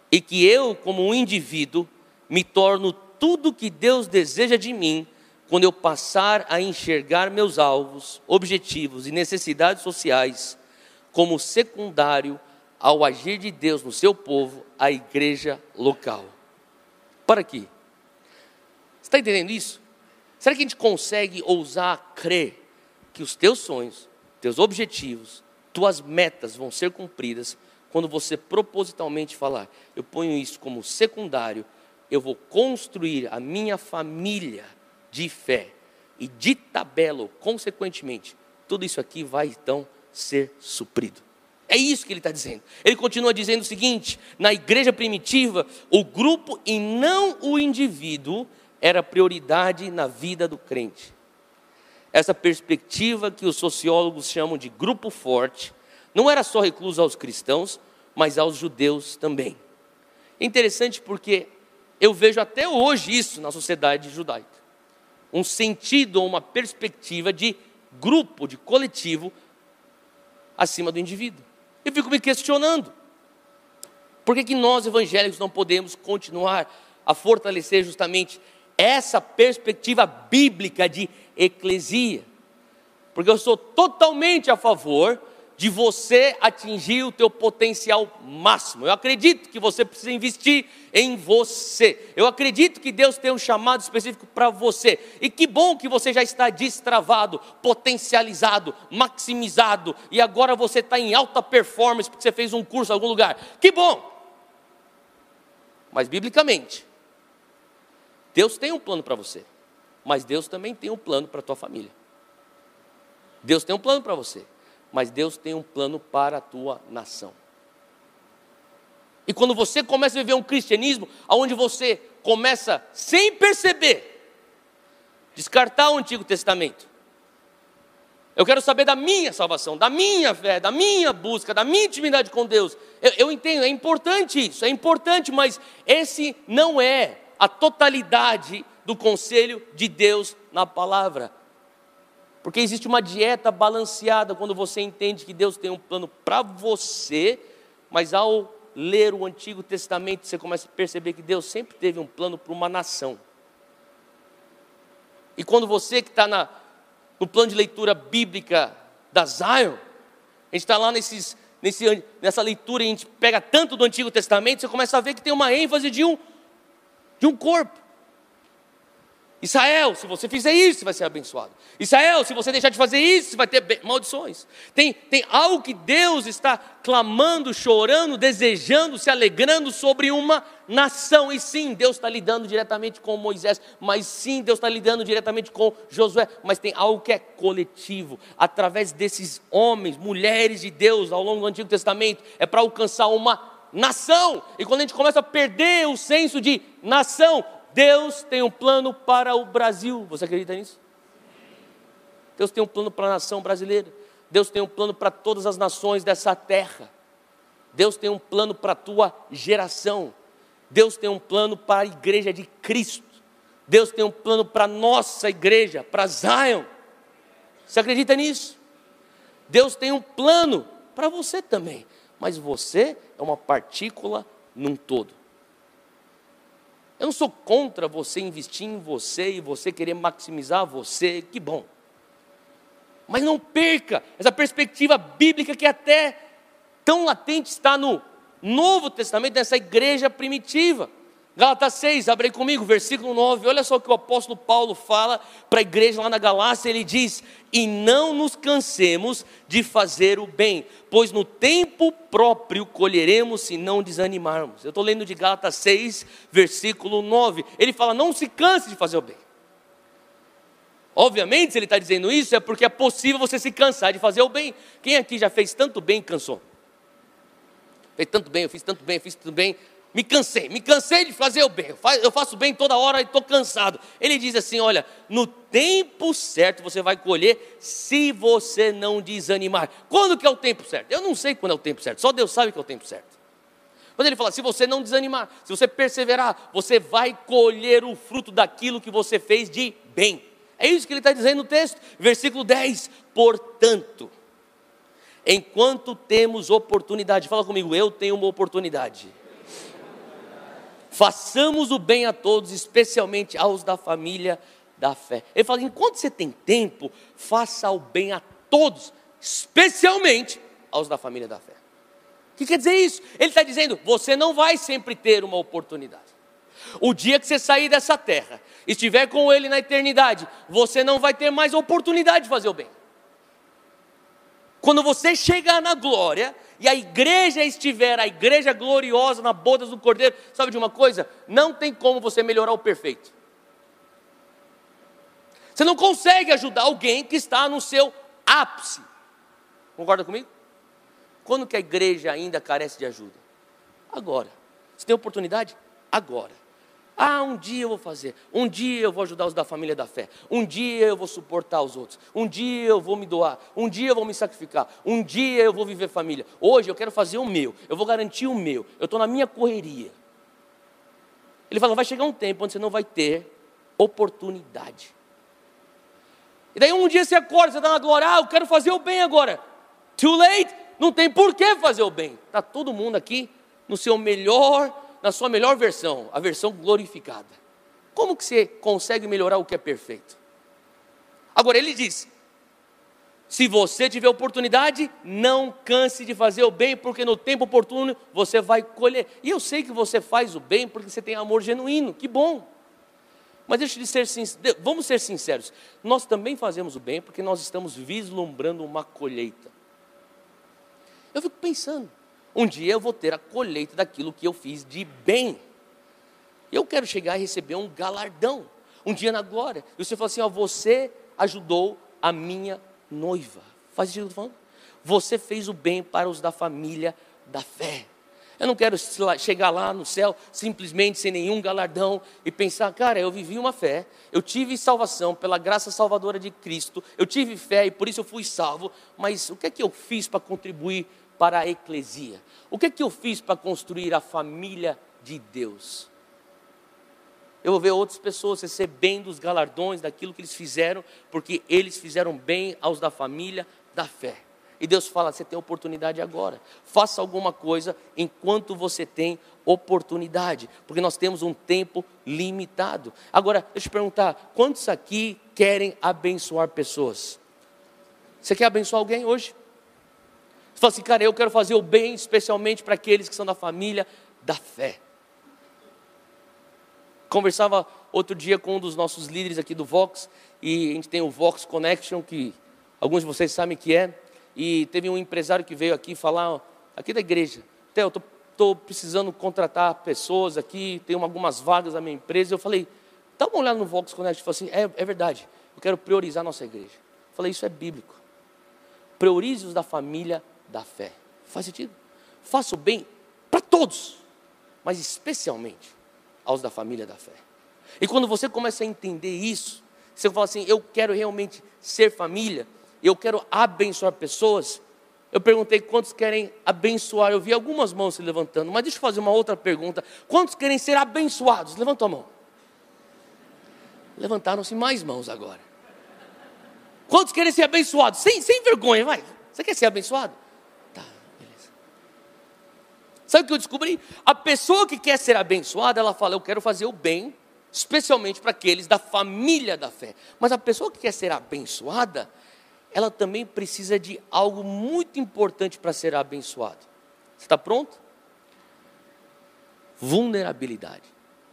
e que eu, como um indivíduo, me torno tudo que Deus deseja de mim quando eu passar a enxergar meus alvos, objetivos e necessidades sociais como secundário ao agir de Deus no seu povo, a igreja local. Para aqui. Você está entendendo isso? Será que a gente consegue ousar crer que os teus sonhos, teus objetivos, tuas metas vão ser cumpridas quando você propositalmente falar, eu ponho isso como secundário, eu vou construir a minha família de fé e de tabela, consequentemente, tudo isso aqui vai então ser suprido. É isso que ele está dizendo. Ele continua dizendo o seguinte: na igreja primitiva, o grupo e não o indivíduo era prioridade na vida do crente. Essa perspectiva que os sociólogos chamam de grupo forte, não era só reclusa aos cristãos, mas aos judeus também. É interessante porque eu vejo até hoje isso na sociedade judaica. Um sentido ou uma perspectiva de grupo, de coletivo, acima do indivíduo. Eu fico me questionando, por que que nós evangélicos não podemos continuar a fortalecer justamente essa perspectiva bíblica de eclesia? Porque eu sou totalmente a favor de você atingir o teu potencial máximo. Eu acredito que você precisa investir em você. Eu acredito que Deus tem um chamado específico para você. E que bom que você já está destravado, potencializado, maximizado. E agora você está em alta performance porque você fez um curso em algum lugar. Que bom! Mas biblicamente, Deus tem um plano para você. Mas Deus também tem um plano para a tua família. Deus tem um plano para você. Mas Deus tem um plano para a tua nação. E quando você começa a viver um cristianismo onde você começa, sem perceber, descartar o Antigo Testamento. Eu quero saber da minha salvação, da minha fé, da minha busca, da minha intimidade com Deus. Eu, eu entendo, é importante isso, é importante, mas esse não é a totalidade do conselho de Deus na palavra. Porque existe uma dieta balanceada quando você entende que Deus tem um plano para você, mas ao ler o Antigo Testamento, você começa a perceber que Deus sempre teve um plano para uma nação. E quando você que está no plano de leitura bíblica da Zion, a gente está lá nesses, nesse, nessa leitura, e a gente pega tanto do Antigo Testamento, você começa a ver que tem uma ênfase de um, de um corpo. Israel, se você fizer isso, você vai ser abençoado. Israel, se você deixar de fazer isso, você vai ter maldições. Tem, tem algo que Deus está clamando, chorando, desejando, se alegrando sobre uma nação. E sim, Deus está lidando diretamente com Moisés. Mas sim, Deus está lidando diretamente com Josué. Mas tem algo que é coletivo. Através desses homens, mulheres de Deus ao longo do Antigo Testamento, é para alcançar uma nação. E quando a gente começa a perder o senso de nação, Deus tem um plano para o Brasil. Você acredita nisso? Deus tem um plano para a nação brasileira. Deus tem um plano para todas as nações dessa terra. Deus tem um plano para a tua geração. Deus tem um plano para a igreja de Cristo. Deus tem um plano para a nossa igreja, para Zion. Você acredita nisso? Deus tem um plano para você também. Mas você é uma partícula num todo. Eu não sou contra você investir em você e você querer maximizar você, que bom. Mas não perca essa perspectiva bíblica que até tão latente está no Novo Testamento, nessa igreja primitiva. Gálatas seis, abre aí comigo, versículo nove, olha só o que o apóstolo Paulo fala para a igreja lá na Galácia, ele diz: e não nos cansemos de fazer o bem, pois no tempo próprio colheremos se não desanimarmos. Eu estou lendo de Gálatas seis, versículo nove, ele fala: não se canse de fazer o bem. Obviamente, se ele está dizendo isso, é porque é possível você se cansar de fazer o bem. Quem aqui já fez tanto bem e cansou? Fez tanto bem, eu fiz tanto bem, eu fiz tanto bem. Me cansei, me cansei de fazer o bem, eu faço bem toda hora e estou cansado. Ele diz assim, olha, no tempo certo você vai colher se você não desanimar. Quando que é o tempo certo? Eu não sei quando é o tempo certo, só Deus sabe que é o tempo certo. Mas ele fala, se você não desanimar, se você perseverar, você vai colher o fruto daquilo que você fez de bem. É isso que ele está dizendo no texto, versículo dez, portanto, enquanto temos oportunidade, fala comigo, eu tenho uma oportunidade. façamos o bem a todos, especialmente aos da família da fé. Ele fala, enquanto você tem tempo, faça o bem a todos, especialmente aos da família da fé. O que quer dizer isso? Ele está dizendo, você não vai sempre ter uma oportunidade. O dia que você sair dessa terra, estiver com Ele na eternidade, você não vai ter mais oportunidade de fazer o bem. Quando você chegar na glória, e a igreja estiver, a igreja gloriosa na bodas do Cordeiro, sabe de uma coisa? Não tem como você melhorar o perfeito. Você não consegue ajudar alguém que está no seu ápice. Concorda comigo? Quando que a igreja ainda carece de ajuda? Agora. Você tem oportunidade? Agora. Ah, um dia eu vou fazer, um dia eu vou ajudar os da família da fé, um dia eu vou suportar os outros, um dia eu vou me doar, um dia eu vou me sacrificar, um dia eu vou viver família. Hoje eu quero fazer o meu, eu vou garantir o meu, eu estou na minha correria. Ele fala, vai chegar um tempo onde você não vai ter oportunidade. E daí um dia você acorda, você está na glória, ah, eu quero fazer o bem agora. Too late, não tem por que fazer o bem. Está todo mundo aqui no seu melhor, na sua melhor versão, a versão glorificada. Como que você consegue melhorar o que é perfeito? Agora ele diz, se você tiver oportunidade, não canse de fazer o bem, porque no tempo oportuno você vai colher. E eu sei que você faz o bem porque você tem amor genuíno, que bom. Mas deixa de ser sincero, vamos ser sinceros, nós também fazemos o bem porque nós estamos vislumbrando uma colheita. Eu fico pensando, um dia eu vou ter a colheita daquilo que eu fiz de bem. Eu quero chegar e receber um galardão, um dia na glória. E você fala assim, ó, você ajudou a minha noiva. Faz sentido o que eu estou falando? Você fez o bem para os da família da fé. Eu não quero chegar lá no céu simplesmente sem nenhum galardão e pensar, cara, eu vivi uma fé, eu tive salvação pela graça salvadora de Cristo, eu tive fé e por isso eu fui salvo, mas o que é que eu fiz para contribuir para a eclesia? O que é que eu fiz para construir a família de Deus? Eu vou ver outras pessoas recebendo os galardões daquilo que eles fizeram, porque eles fizeram bem aos da família da fé. E Deus fala, você tem oportunidade agora. Faça alguma coisa enquanto você tem oportunidade. Porque nós temos um tempo limitado. Agora, deixa eu te perguntar, quantos aqui querem abençoar pessoas? Você quer abençoar alguém hoje? Você fala assim, cara, eu quero fazer o bem, especialmente para aqueles que são da família da fé. Conversava outro dia com um dos nossos líderes aqui do Vox, e a gente tem o Vox Connection, que alguns de vocês sabem que é, e teve um empresário que veio aqui falar, aqui da igreja, Theo, eu estou precisando contratar pessoas aqui, tem algumas vagas na minha empresa. Eu falei, dá uma olhada no Vox Connection. Ele falou assim, é, é verdade, eu quero priorizar a nossa igreja. Eu falei, isso é bíblico. Priorize os da família da fé. Faz sentido? Faça o bem para todos, mas especialmente aos da família da fé. E quando você começa a entender isso, você fala assim, eu quero realmente ser família, eu quero abençoar pessoas. Eu perguntei quantos querem abençoar, eu vi algumas mãos se levantando, mas deixa eu fazer uma outra pergunta, quantos querem ser abençoados? Levantou a mão. Levantaram-se mais mãos agora. Quantos querem ser abençoados? Sem, sem vergonha, vai. Você quer ser abençoado? Tá, beleza. Sabe o que eu descobri? A pessoa que quer ser abençoada, ela fala, eu quero fazer o bem, especialmente para aqueles da família da fé. Mas a pessoa que quer ser abençoada, ela também precisa de algo muito importante para ser abençoado. Você está pronto? Vulnerabilidade.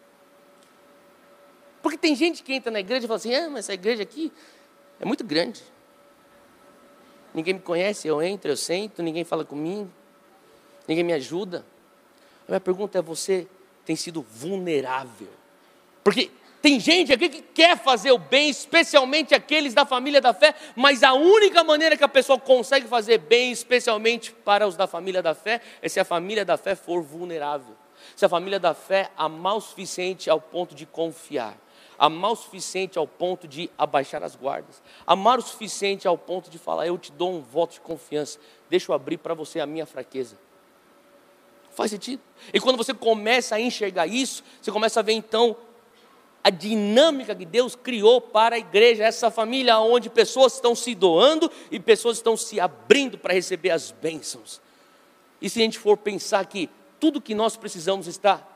Porque tem gente que entra na igreja e fala assim, ah, mas essa igreja aqui é muito grande. Ninguém me conhece, eu entro, eu sento, ninguém fala comigo, ninguém me ajuda. A minha pergunta é, você tem sido vulnerável? Porque tem gente aqui que quer fazer o bem, especialmente aqueles da família da fé, mas a única maneira que a pessoa consegue fazer bem, especialmente para os da família da fé, é se a família da fé for vulnerável. Se a família da fé amar o suficiente ao ponto de confiar, amar o suficiente ao ponto de abaixar as guardas, amar o suficiente ao ponto de falar, eu te dou um voto de confiança, deixa eu abrir para você a minha fraqueza. Faz sentido? E quando você começa a enxergar isso, você começa a ver então a dinâmica que Deus criou para a igreja, essa família onde pessoas estão se doando e pessoas estão se abrindo para receber as bênçãos. E se a gente for pensar que tudo que nós precisamos está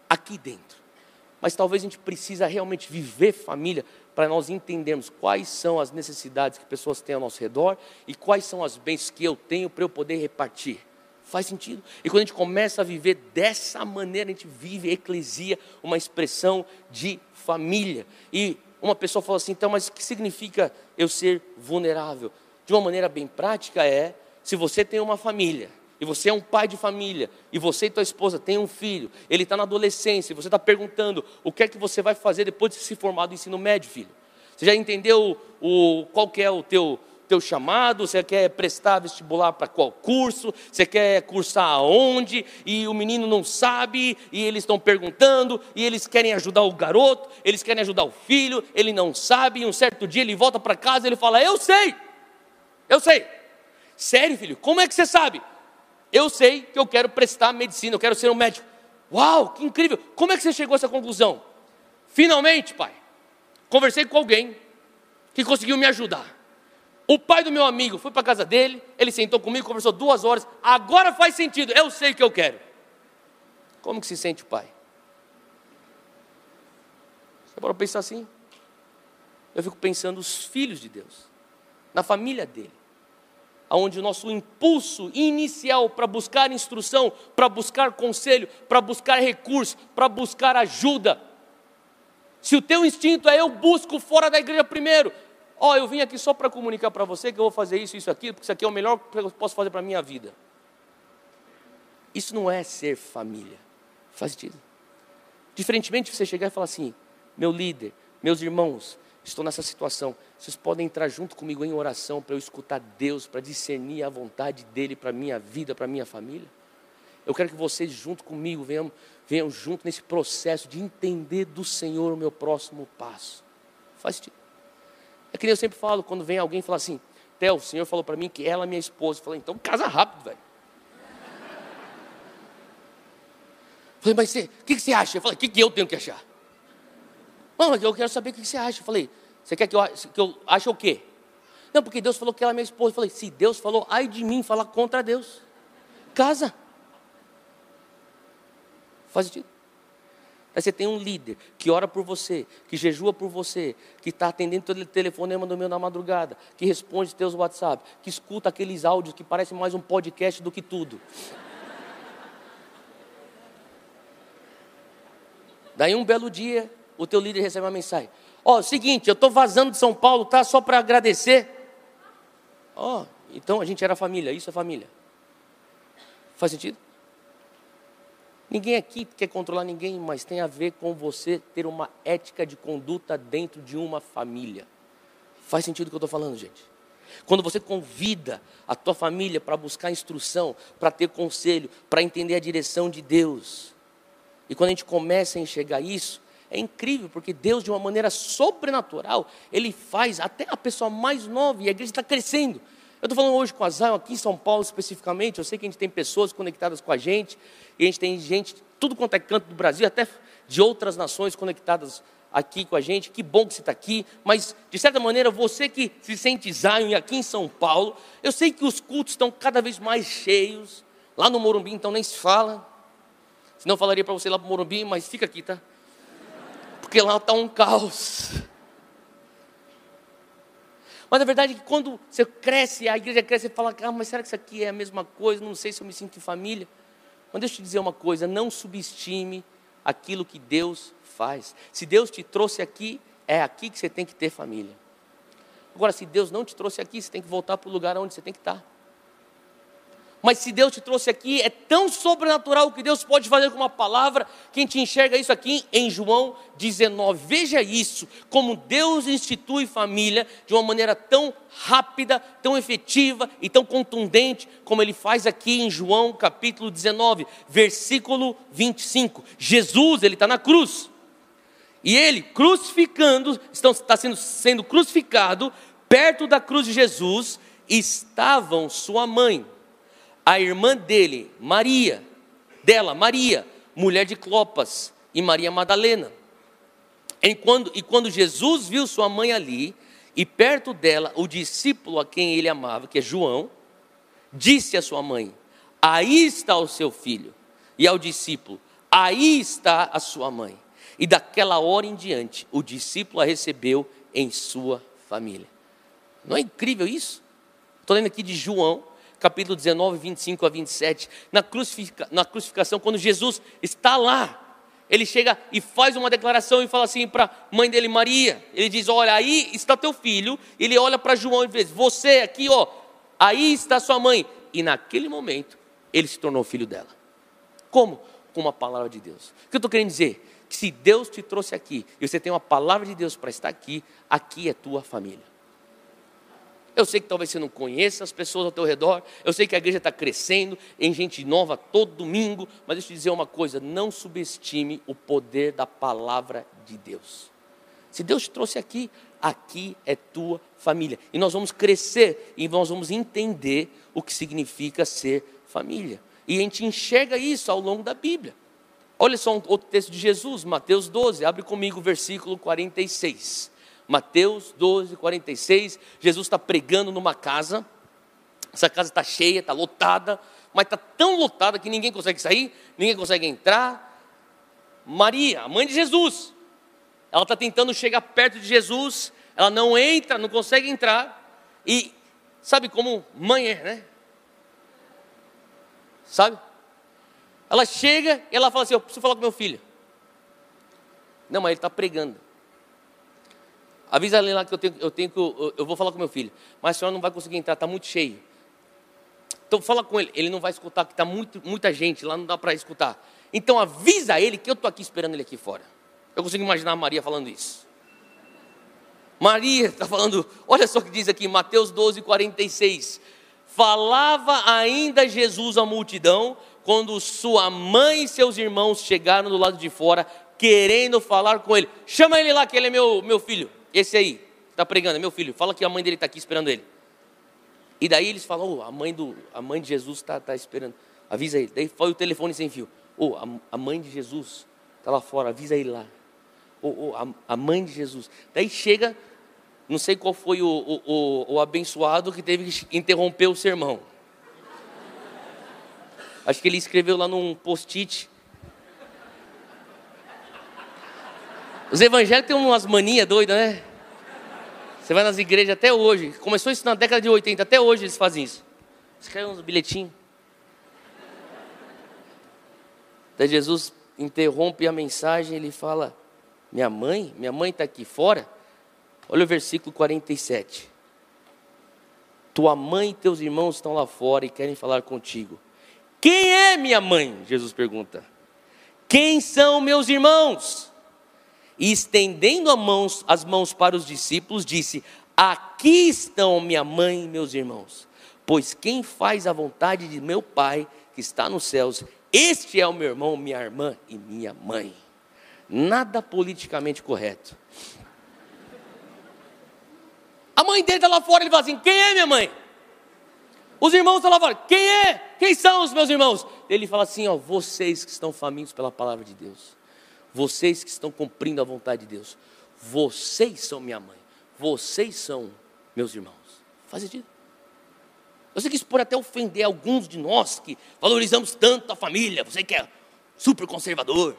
aqui dentro. Mas talvez a gente precisa realmente viver família para nós entendermos quais são as necessidades que pessoas têm ao nosso redor e quais são as bênçãos que eu tenho para eu poder repartir. Faz sentido? E quando a gente começa a viver dessa maneira, a gente vive eclesia, uma expressão de família. E uma pessoa fala assim, então, mas o que significa eu ser vulnerável? De uma maneira bem prática é, se você tem uma família, e você é um pai de família, e você e tua esposa têm um filho, ele está na adolescência, e você está perguntando, o que é que você vai fazer depois de se formar do ensino médio, filho? Você já entendeu o, qual que é o teu... teu chamado, você quer prestar vestibular para qual curso, você quer cursar aonde, e o menino não sabe, e eles estão perguntando, e eles querem ajudar o garoto, eles querem ajudar o filho, ele não sabe, e um certo dia ele volta para casa e ele fala, eu sei, eu sei, sério filho, como é que você sabe? Eu sei que eu quero prestar medicina, eu quero ser um médico. Uau, que incrível, como é que você chegou a essa conclusão? Finalmente, pai, conversei com alguém que conseguiu me ajudar. O pai do meu amigo, fui para a casa dele, ele sentou comigo, conversou duas horas, agora faz sentido, eu sei o que eu quero. Como que se sente o pai? Você pode pensar assim? Eu fico pensando os filhos de Deus, na família dele, onde o nosso impulso inicial para buscar instrução, para buscar conselho, para buscar recurso, para buscar ajuda. Se o teu instinto é eu busco fora da igreja primeiro, ó, oh, eu vim aqui só para comunicar para você que eu vou fazer isso, isso, aquilo, porque isso aqui é o melhor que eu posso fazer para a minha vida. Isso não é ser família. Faz sentido? Diferentemente de você chegar e falar assim, meu líder, meus irmãos, estou nessa situação, vocês podem entrar junto comigo em oração para eu escutar Deus, para discernir a vontade dEle para a minha vida, para a minha família. Eu quero que vocês junto comigo venham, venham junto nesse processo de entender do Senhor o meu próximo passo. Faz sentido? É que nem eu sempre falo, quando vem alguém e fala assim, Theo, o Senhor falou para mim que ela é minha esposa. Eu falei, então casa rápido, velho. Eu falei, mas o que, que você acha? Eu falei, o que, que eu tenho que achar? Não, eu quero saber o que, que você acha. Eu falei, você quer que eu, que eu ache o quê? Não, porque Deus falou que ela é minha esposa. Eu falei, se Deus falou, ai de mim falar contra Deus. Casa. Faz sentido? Aí você tem um líder que ora por você, que jejua por você, que está atendendo todo telefonema do meu na madrugada, que responde teus WhatsApp, que escuta aqueles áudios que parecem mais um podcast do que tudo. Daí um belo dia, o teu líder recebe uma mensagem. Ó, oh, seguinte, eu estou vazando de São Paulo, tá? Só para agradecer. Ó, oh, então a gente era família, isso é família. Faz sentido? Ninguém aqui quer controlar ninguém, mas tem a ver com você ter uma ética de conduta dentro de uma família. Faz sentido o que eu estou falando, gente? Quando você convida a tua família para buscar instrução, para ter conselho, para entender a direção de Deus. E quando a gente começa a enxergar isso, é incrível, porque Deus, de uma maneira sobrenatural, Ele faz até a pessoa mais nova, e a igreja está crescendo. Eu estou falando hoje com a Zion, aqui em São Paulo especificamente, eu sei que a gente tem pessoas conectadas com a gente, e a gente tem gente, tudo quanto é canto do Brasil, até de outras nações conectadas aqui com a gente. Que bom que você está aqui, mas de certa maneira, você que se sente Zion aqui em São Paulo, eu sei que os cultos estão cada vez mais cheios, lá no Morumbi então nem se fala, senão eu falaria para você ir lá para o Morumbi, mas fica aqui, tá? Porque lá está um caos. Mas a verdade é que quando você cresce, a igreja cresce, você fala, ah, mas será que isso aqui é a mesma coisa? Não sei se eu me sinto em família. Mas deixa eu te dizer uma coisa, não subestime aquilo que Deus faz. Se Deus te trouxe aqui, é aqui que você tem que ter família. Agora, se Deus não te trouxe aqui, você tem que voltar para o lugar onde você tem que estar. Mas se Deus te trouxe aqui, é tão sobrenatural o que Deus pode fazer com uma palavra, que a gente enxerga isso aqui em João dezenove. Veja isso, como Deus institui família de uma maneira tão rápida, tão efetiva e tão contundente, como Ele faz aqui em João capítulo dezenove, versículo vinte e cinco. Jesus, Ele está na cruz, e Ele crucificando, está sendo, sendo crucificado, perto da cruz de Jesus, estavam sua mãe, a irmã dele, Maria, dela, Maria, mulher de Clopas, e Maria Madalena. E quando, e quando Jesus viu sua mãe ali, e perto dela, o discípulo a quem ele amava, que é João, disse à sua mãe, aí está o seu filho. E ao discípulo, aí está a sua mãe. E daquela hora em diante, o discípulo a recebeu em sua família. Não é incrível isso? Estou lendo aqui de João, capítulo dezenove, vinte e cinco a vinte e sete. Na, crucifica, na crucificação, quando Jesus está lá, ele chega e faz uma declaração e fala assim para a mãe dele, Maria. Ele diz, olha, aí está teu filho. Ele olha para João e diz, você aqui, ó, aí está sua mãe. E naquele momento, ele se tornou filho dela. Como? Com uma palavra de Deus. O que eu estou querendo dizer? Que se Deus te trouxe aqui, e você tem uma palavra de Deus para estar aqui, aqui é tua família. Eu sei que talvez você não conheça as pessoas ao teu redor, eu sei que a igreja está crescendo, em gente nova todo domingo, mas deixa eu te dizer uma coisa, não subestime o poder da palavra de Deus. Se Deus te trouxe aqui, aqui é tua família. E nós vamos crescer, e nós vamos entender o que significa ser família. E a gente enxerga isso ao longo da Bíblia. Olha só um outro texto de Jesus, Mateus doze, abre comigo o versículo quarenta e seis. Mateus doze, quarenta e seis, Jesus está pregando numa casa, essa casa está cheia, está lotada, mas está tão lotada que ninguém consegue sair, ninguém consegue entrar. Maria, a mãe de Jesus, ela está tentando chegar perto de Jesus, ela não entra, não consegue entrar, e sabe como mãe é, né? Sabe? Ela chega e ela fala assim, eu preciso falar com meu filho. Não, mas ele está pregando. Avisa ele lá que eu tenho, eu tenho que eu, eu vou falar com meu filho. Mas a senhora não vai conseguir entrar, está muito cheio. Então fala com ele, ele não vai escutar, porque está muito, muita gente lá, não dá para escutar. Então avisa ele que eu estou aqui esperando ele aqui fora. Eu consigo imaginar a Maria falando isso. Maria está falando, olha só o que diz aqui, Mateus doze, quarenta e seis. Falava ainda Jesus à multidão, quando sua mãe e seus irmãos chegaram do lado de fora, querendo falar com ele. Chama ele lá, que ele é meu, meu filho. Esse aí, está pregando, é meu filho. Fala que a mãe dele está aqui esperando ele. E daí eles falam, oh, a, mãe do, a mãe de Jesus está tá esperando. Avisa ele. Daí foi o telefone sem fio. Oh, a, a mãe de Jesus está lá fora, avisa ele lá. Oh, oh, a, a mãe de Jesus. Daí chega, não sei qual foi o, o, o, o abençoado que teve que interromper o sermão. Acho que ele escreveu lá num post-it. Os evangélicos têm umas manias doidas, né? Você vai nas igrejas até hoje. Começou isso na década de oitenta, até hoje eles fazem isso. Escrevem uns bilhetinhos. Daí Jesus interrompe a mensagem, ele fala, minha mãe? Minha mãe está aqui fora? Olha o versículo quarenta e sete. Tua mãe e teus irmãos estão lá fora e querem falar contigo. Quem é minha mãe? Jesus pergunta. Quem são meus irmãos? E estendendo as mãos, as mãos para os discípulos, disse, aqui estão minha mãe e meus irmãos. Pois quem faz a vontade de meu Pai, que está nos céus, este é o meu irmão, minha irmã e minha mãe. Nada politicamente correto. A mãe dele está lá fora, ele fala assim, quem é minha mãe? Os irmãos estão lá fora, quem é? Quem são os meus irmãos? Ele fala assim, ó, vocês que estão famintos pela palavra de Deus. Vocês que estão cumprindo a vontade de Deus. Vocês são minha mãe. Vocês são meus irmãos. Faz sentido? Eu sei que isso pode até ofender alguns de nós que valorizamos tanto a família. Você que é super conservador.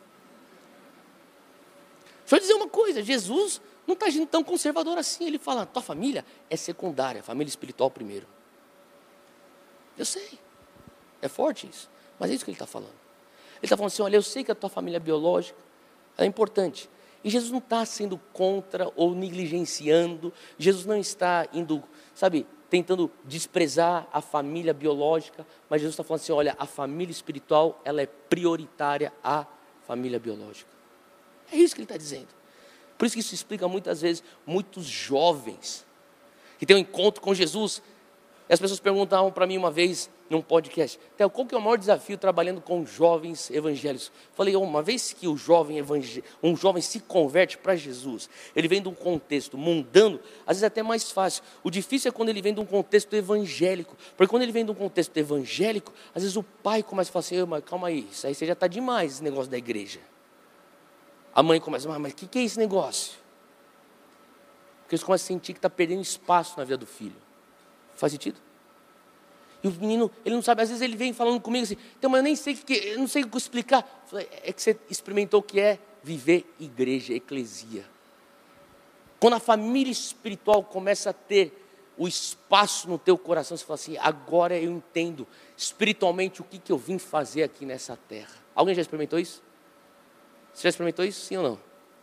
Deixa eu dizer uma coisa. Jesus não está agindo tão conservador assim. Ele fala, tua família é secundária. Família espiritual primeiro. Eu sei. É forte isso. Mas é isso que ele está falando. Ele está falando assim, olha, eu sei que a tua família biológica é importante. E Jesus não está sendo contra ou negligenciando. Jesus não está indo, sabe, tentando desprezar a família biológica. Mas Jesus está falando assim, olha, a família espiritual, ela é prioritária à família biológica. É isso que ele está dizendo. Por isso que isso explica muitas vezes muitos jovens que têm um encontro com Jesus. E as pessoas perguntavam para mim uma vez num podcast, Theo, qual que é o maior desafio trabalhando com jovens evangélicos? Falei, uma vez que o jovem evangé... um jovem se converte para Jesus, ele vem de um contexto mundano, às vezes é até mais fácil. O difícil é quando ele vem de um contexto evangélico, porque quando ele vem de um contexto evangélico, às vezes o pai começa a falar assim, mas calma aí, isso aí você já está demais, esse negócio da igreja. A mãe começa, mas o que, que é esse negócio? Porque eles começam a sentir que está perdendo espaço na vida do filho. Faz sentido? E o menino, ele não sabe, às vezes ele vem falando comigo assim, então, mas eu nem sei o que, eu não sei o que explicar. Eu falei, é que você experimentou o que é viver igreja, eclesia. Quando a família espiritual começa a ter o espaço no teu coração, você fala assim, agora eu entendo espiritualmente o que, que eu vim fazer aqui nessa terra. Alguém já experimentou isso? Você já experimentou isso? Sim ou não?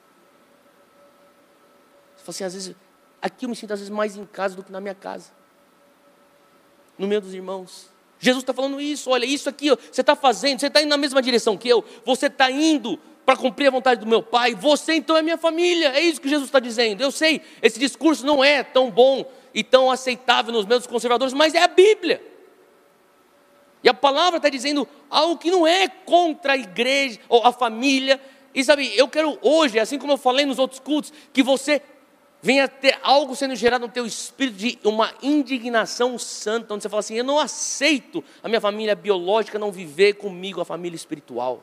Você fala assim, às vezes, aqui eu me sinto às vezes mais em casa do que na minha casa. No meio dos irmãos. Jesus está falando isso, olha, isso aqui, ó, você está fazendo, você está indo na mesma direção que eu, você está indo para cumprir a vontade do meu Pai, você então é minha família, é isso que Jesus está dizendo. Eu sei, esse discurso não é tão bom e tão aceitável nos meios conservadores, mas é a Bíblia. E a palavra está dizendo algo que não é contra a igreja, ou a família. E sabe, eu quero hoje, assim como eu falei nos outros cultos, que você venha ter algo sendo gerado no teu espírito de uma indignação santa, onde você fala assim, eu não aceito a minha família biológica não viver comigo a família espiritual.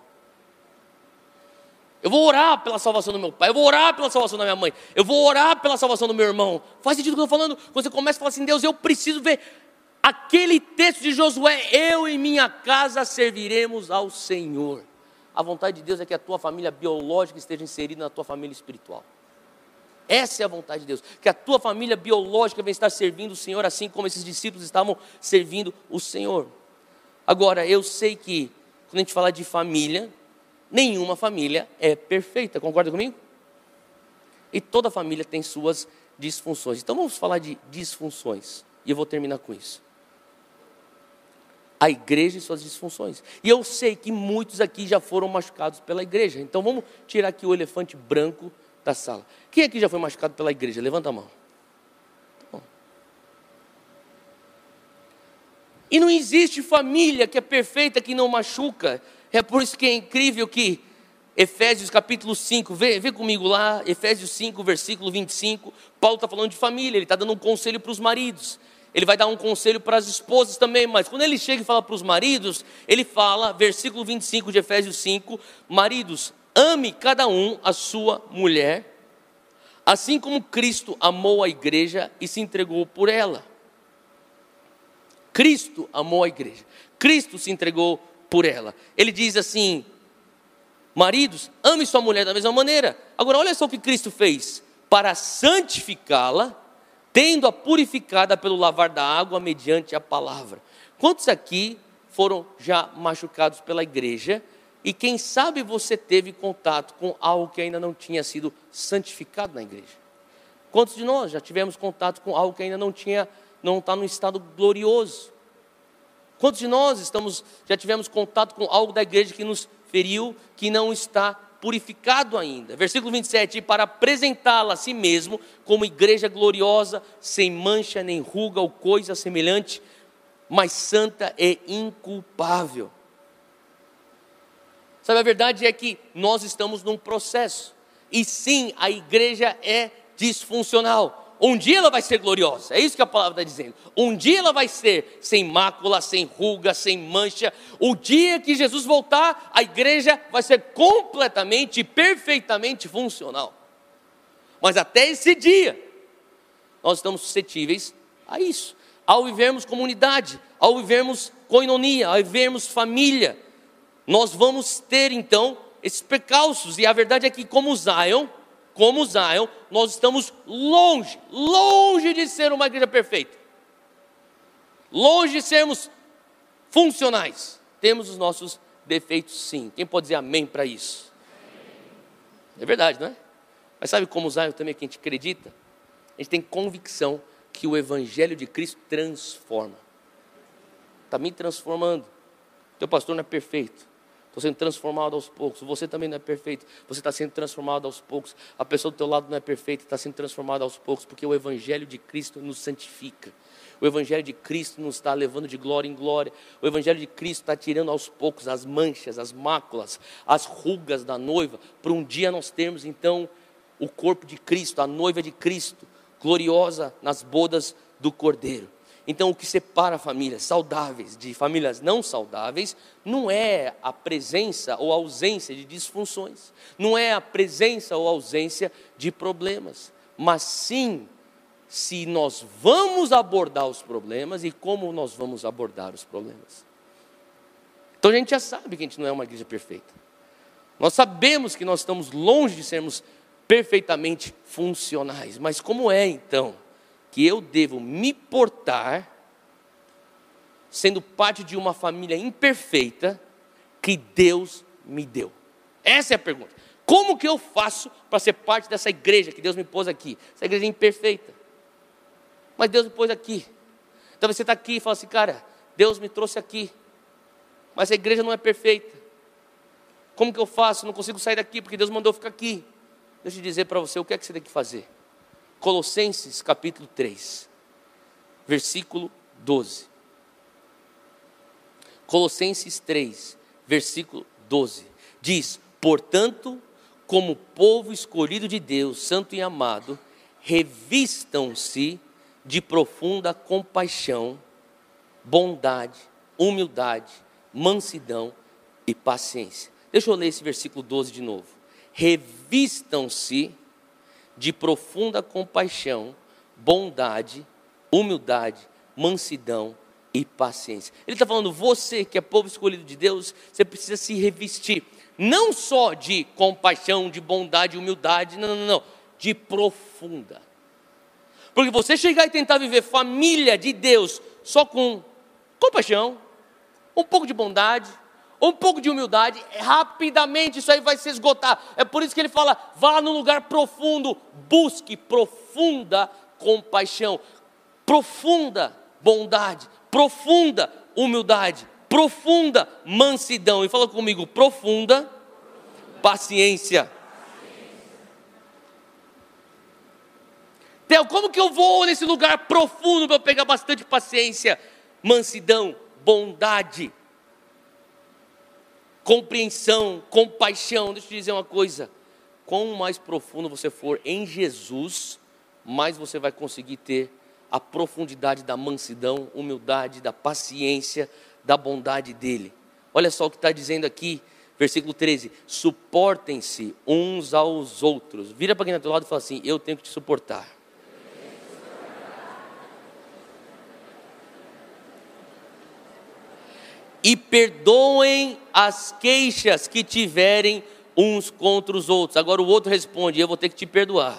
Eu vou orar pela salvação do meu pai, eu vou orar pela salvação da minha mãe, eu vou orar pela salvação do meu irmão. Faz sentido o que eu estou falando? Quando você começa a falar assim, Deus, eu preciso ver aquele texto de Josué, eu e minha casa serviremos ao Senhor. A vontade de Deus é que a tua família biológica esteja inserida na tua família espiritual. Essa é a vontade de Deus, que a tua família biológica venha estar servindo o Senhor, assim como esses discípulos estavam servindo o Senhor. Agora, eu sei que, quando a gente fala de família, nenhuma família é perfeita, concorda comigo? E toda família tem suas disfunções. Então vamos falar de disfunções, e eu vou terminar com isso. A igreja e suas disfunções. E eu sei que muitos aqui já foram machucados pela igreja, então vamos tirar aqui o elefante branco da sala. Quem aqui já foi machucado pela igreja? Levanta a mão. Tá bom. E não existe família que é perfeita, que não machuca. É por isso que é incrível que Efésios capítulo cinco, vê, vê comigo lá, Efésios cinco, versículo vinte e cinco, Paulo está falando de família, ele está dando um conselho para os maridos. Ele vai dar um conselho para as esposas também, mas quando ele chega e fala para os maridos, ele fala, versículo vinte e cinco de Efésios cinco, maridos, ame cada um a sua mulher, assim como Cristo amou a igreja e se entregou por ela. Cristo amou a igreja, Cristo se entregou por ela. Ele diz assim, maridos, ame sua mulher da mesma maneira. Agora olha só o que Cristo fez, para santificá-la, tendo-a purificada pelo lavar da água mediante a palavra. Quantos aqui foram já machucados pela igreja? E quem sabe você teve contato com algo que ainda não tinha sido santificado na igreja? Quantos de nós já tivemos contato com algo que ainda não tinha, não está no estado glorioso? Quantos de nós estamos, já tivemos contato com algo da igreja que nos feriu, que não está purificado ainda? Versículo vinte e sete, e para apresentá-la a si mesmo como igreja gloriosa, sem mancha nem ruga ou coisa semelhante, mas santa e inculpável. Sabe, a verdade é que nós estamos num processo, e sim, a igreja é disfuncional. Um dia ela vai ser gloriosa, é isso que a palavra está dizendo. Um dia ela vai ser sem mácula, sem ruga, sem mancha. O dia que Jesus voltar, a igreja vai ser completamente e perfeitamente funcional. Mas até esse dia, nós estamos suscetíveis a isso. Ao vivermos comunidade, ao vivermos koinonia, ao vivermos família, nós vamos ter então esses percalços. E a verdade é que como Zion, como Zion, nós estamos longe, longe de ser uma igreja perfeita. Longe de sermos funcionais. Temos os nossos defeitos sim. Quem pode dizer amém para isso? É verdade, não é? Mas sabe como Zion também que a gente acredita? A gente tem convicção que o Evangelho de Cristo transforma. Está me transformando. Teu pastor não é perfeito. Estou sendo transformado aos poucos. Você também não é perfeito. Você está sendo transformado aos poucos. A pessoa do teu lado não é perfeita. Está sendo transformada aos poucos. Porque o Evangelho de Cristo nos santifica. O Evangelho de Cristo nos está levando de glória em glória. O Evangelho de Cristo está tirando aos poucos as manchas, as máculas, as rugas da noiva. Para um dia nós termos então o corpo de Cristo, a noiva de Cristo, gloriosa nas bodas do Cordeiro. Então o que separa famílias saudáveis de famílias não saudáveis não é a presença ou a ausência de disfunções, não é a presença ou ausência de problemas, mas sim se nós vamos abordar os problemas e como nós vamos abordar os problemas. Então a gente já sabe que a gente não é uma igreja perfeita. Nós sabemos que nós estamos longe de sermos perfeitamente funcionais. Mas como é então que eu devo me portar sendo parte de uma família imperfeita que Deus me deu? Essa é a pergunta. Como que eu faço para ser parte dessa igreja que Deus me pôs aqui? Essa igreja é imperfeita, mas Deus me pôs aqui. Então você está aqui e fala assim, cara, Deus me trouxe aqui, mas a igreja não é perfeita. Como que eu faço? Não consigo sair daqui porque Deus mandou ficar aqui. Deixa eu dizer para você o que é que você tem que fazer. Colossenses capítulo três, versículo doze. Colossenses três, versículo doze. Diz, portanto, como povo escolhido de Deus, santo e amado, revistam-se de profunda compaixão, bondade, humildade, mansidão e paciência. Deixa eu ler esse versículo doze de novo. Revistam-se de profunda compaixão, bondade, humildade, mansidão e paciência. Ele está falando, você que é povo escolhido de Deus, você precisa se revestir, não só de compaixão, de bondade, humildade, não, não, não, de profunda. Porque você chegar e tentar viver família de Deus só com compaixão, um pouco de bondade, um pouco de humildade, rapidamente isso aí vai se esgotar. É por isso que ele fala, vá no lugar profundo, busque profunda compaixão, profunda bondade, profunda humildade, profunda mansidão. E fala comigo, profunda paciência. Theo, como que eu vou nesse lugar profundo para eu pegar bastante paciência, mansidão, bondade, compreensão, compaixão? Deixa eu te dizer uma coisa, quanto mais profundo você for em Jesus, mais você vai conseguir ter a profundidade da mansidão, humildade, da paciência, da bondade dele. Olha só o que está dizendo aqui, versículo treze, suportem-se uns aos outros. Vira para quem está do teu lado e fala assim, eu tenho que te suportar. E perdoem as queixas que tiverem uns contra os outros. Agora o outro responde, eu vou ter que te perdoar.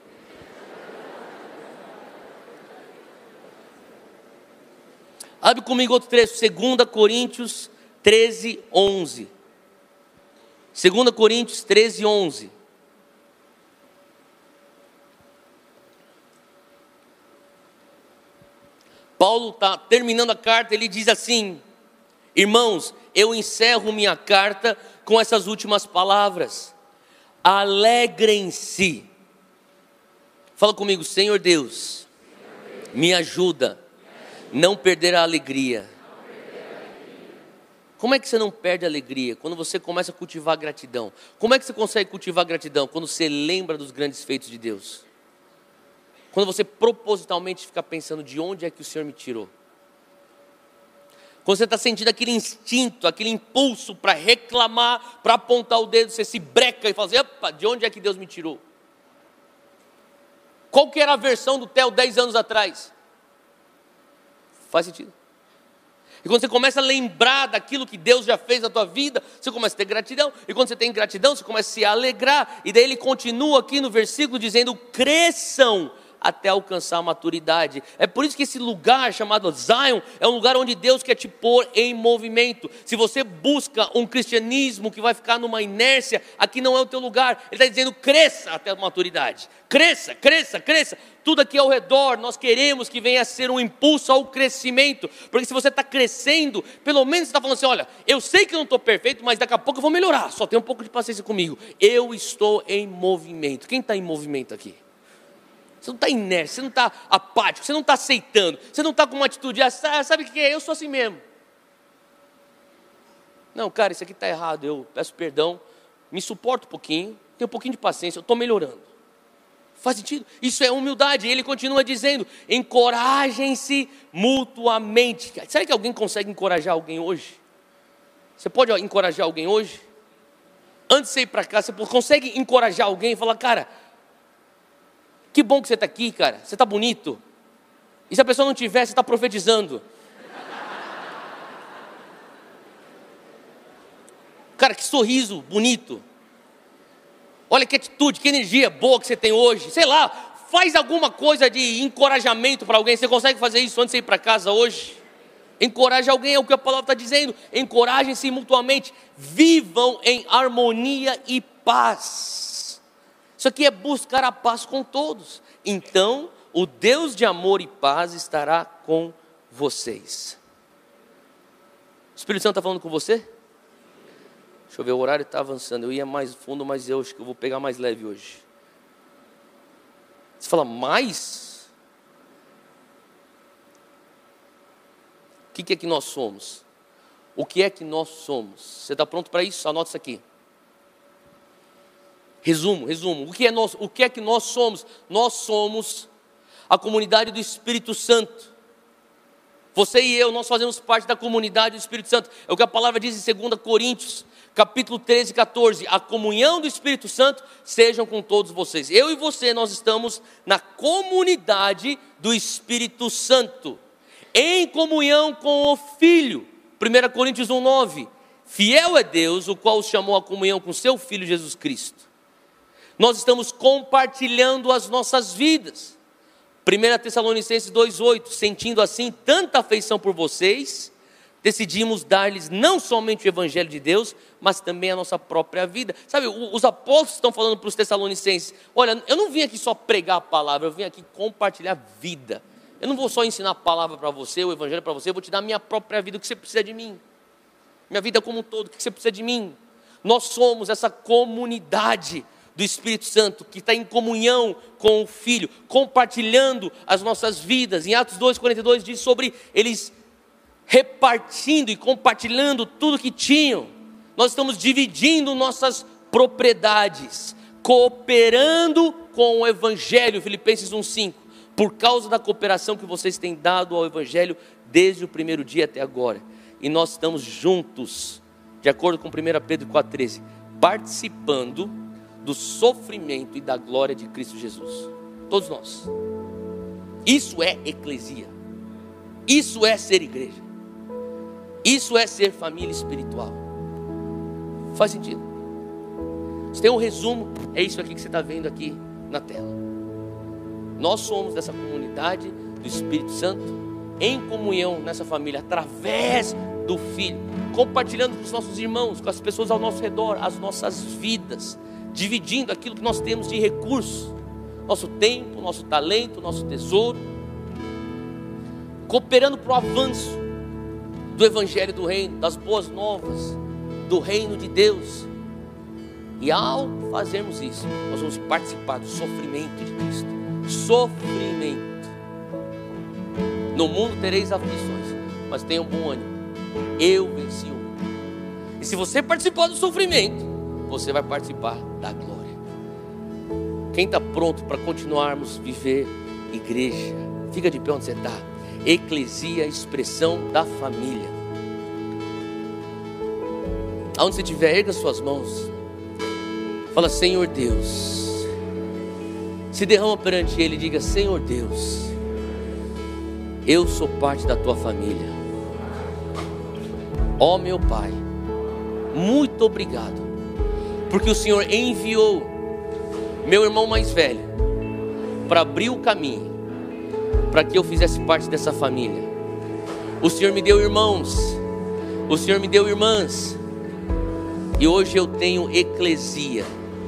Abre comigo outro trecho, dois Coríntios treze, onze. dois Coríntios treze, onze. Paulo está terminando a carta, ele diz assim, irmãos, eu encerro minha carta com essas últimas palavras. Alegrem-se. Fala comigo, Senhor Deus, me ajuda a não perder a alegria. Como é que você não perde a alegria? Quando você começa a cultivar gratidão. Como é que você consegue cultivar gratidão? Quando você lembra dos grandes feitos de Deus. Quando você propositalmente fica pensando de onde é que o Senhor me tirou. Quando você está sentindo aquele instinto, aquele impulso para reclamar, para apontar o dedo, você se breca e fala assim, opa, de onde é que Deus me tirou? Qual que era a versão do Theo dez anos atrás? Faz sentido? E quando você começa a lembrar daquilo que Deus já fez na tua vida, você começa a ter gratidão. E quando você tem gratidão, você começa a se alegrar. E daí ele continua aqui no versículo dizendo, cresçam até alcançar a maturidade. É por isso que esse lugar chamado Zion é um lugar onde Deus quer te pôr em movimento. Se você busca um cristianismo que vai ficar numa inércia, aqui não é o teu lugar. Ele está dizendo, cresça até a maturidade. Cresça, cresça, cresça. Tudo aqui ao redor, nós queremos que venha a ser um impulso ao crescimento. Porque se você está crescendo, pelo menos você está falando assim, olha, eu sei que eu não estou perfeito, mas daqui a pouco eu vou melhorar. Só tem um pouco de paciência comigo. Eu estou em movimento. Quem está em movimento aqui? Você não está inércio, você não está apático, você não está aceitando, você não está com uma atitude, ah, sabe o que é? Eu sou assim mesmo. Não, cara, isso aqui está errado, eu peço perdão, me suporto um pouquinho, tenho um pouquinho de paciência, eu estou melhorando. Faz sentido? Isso é humildade. Ele continua dizendo, encorajem-se mutuamente. Será que alguém consegue encorajar alguém hoje? Você pode encorajar alguém hoje? Antes de você ir para cá, você consegue encorajar alguém e falar, cara, Que bom que você está aqui, cara. Você está bonito. E se a pessoa não tiver, você está profetizando. Cara, que sorriso bonito. Olha que atitude, que energia boa que você tem hoje. Sei lá, faz alguma coisa de encorajamento para alguém. Você consegue fazer isso antes de ir para casa hoje? Encoraje alguém, é o que a palavra está dizendo. Encorajem-se mutuamente. Vivam em harmonia e paz. Isso aqui é buscar a paz com todos. Então, o Deus de amor e paz estará com vocês. O Espírito Santo está falando com você? Deixa eu ver, o horário está avançando. Eu ia mais fundo, mas eu acho que eu vou pegar mais leve hoje. Você fala, mais? O que é que nós somos? O que é que nós somos? Você está pronto para isso? Anota isso aqui. Resumo, resumo. O que é nós, o que é que nós somos? Nós somos a comunidade do Espírito Santo. Você e eu, nós fazemos parte da comunidade do Espírito Santo. É o que a palavra diz em segunda Coríntios, capítulo treze, catorze. A comunhão do Espírito Santo sejam com todos vocês. Eu e você, nós estamos na comunidade do Espírito Santo, em comunhão com o Filho. primeira Coríntios um, nove. Fiel é Deus, o qual os chamou à comunhão com seu Filho Jesus Cristo. Nós estamos compartilhando as nossas vidas. primeira Tessalonicenses dois, oito. Sentindo assim tanta afeição por vocês, decidimos dar-lhes não somente o Evangelho de Deus, mas também a nossa própria vida. Sabe, os apóstolos estão falando para os Tessalonicenses, olha, eu não vim aqui só pregar a palavra, eu vim aqui compartilhar vida. Eu não vou só ensinar a palavra para você, o Evangelho para você, eu vou te dar a minha própria vida, o que você precisa de mim. Minha vida como um todo, o que você precisa de mim. Nós somos essa comunidade do Espírito Santo, que está em comunhão com o Filho, compartilhando as nossas vidas. Em Atos dois, quarenta e dois diz sobre eles repartindo e compartilhando tudo que tinham. Nós estamos dividindo nossas propriedades, cooperando com o Evangelho, Filipenses um, cinco. Por causa da cooperação que vocês têm dado ao Evangelho desde o primeiro dia até agora. E nós estamos juntos, de acordo com primeira Pedro quatro, treze, participando do sofrimento e da glória de Cristo Jesus. Todos nós. Isso é eclesia. Isso é ser igreja. Isso é ser família espiritual. Faz sentido? Se tem um resumo, é isso aqui que você está vendo aqui na tela. Nós somos dessa comunidade do Espírito Santo, em comunhão nessa família, através do Filho, compartilhando com os nossos irmãos, com as pessoas ao nosso redor, as nossas vidas, dividindo aquilo que nós temos de recurso, nosso tempo, nosso talento, nosso tesouro, cooperando para o avanço do Evangelho do Reino, das boas novas, do Reino de Deus. E ao fazermos isso, nós vamos participar do sofrimento de Cristo. Sofrimento. No mundo tereis aflições, mas tenham bom ânimo. Eu venci o mundo. E se você participar do sofrimento, você vai participar da glória. Quem está pronto para continuarmos viver igreja? Fica de pé onde você está. Eclesia, expressão da família. Aonde você estiver, erga suas mãos. Fala, Senhor Deus. Se derrama perante Ele e diga, Senhor Deus, eu sou parte da tua família. Ó meu Pai, muito obrigado, porque o Senhor enviou meu irmão mais velho para abrir o caminho, para que eu fizesse parte dessa família. O Senhor me deu irmãos, o Senhor me deu irmãs, e hoje eu tenho eclesia.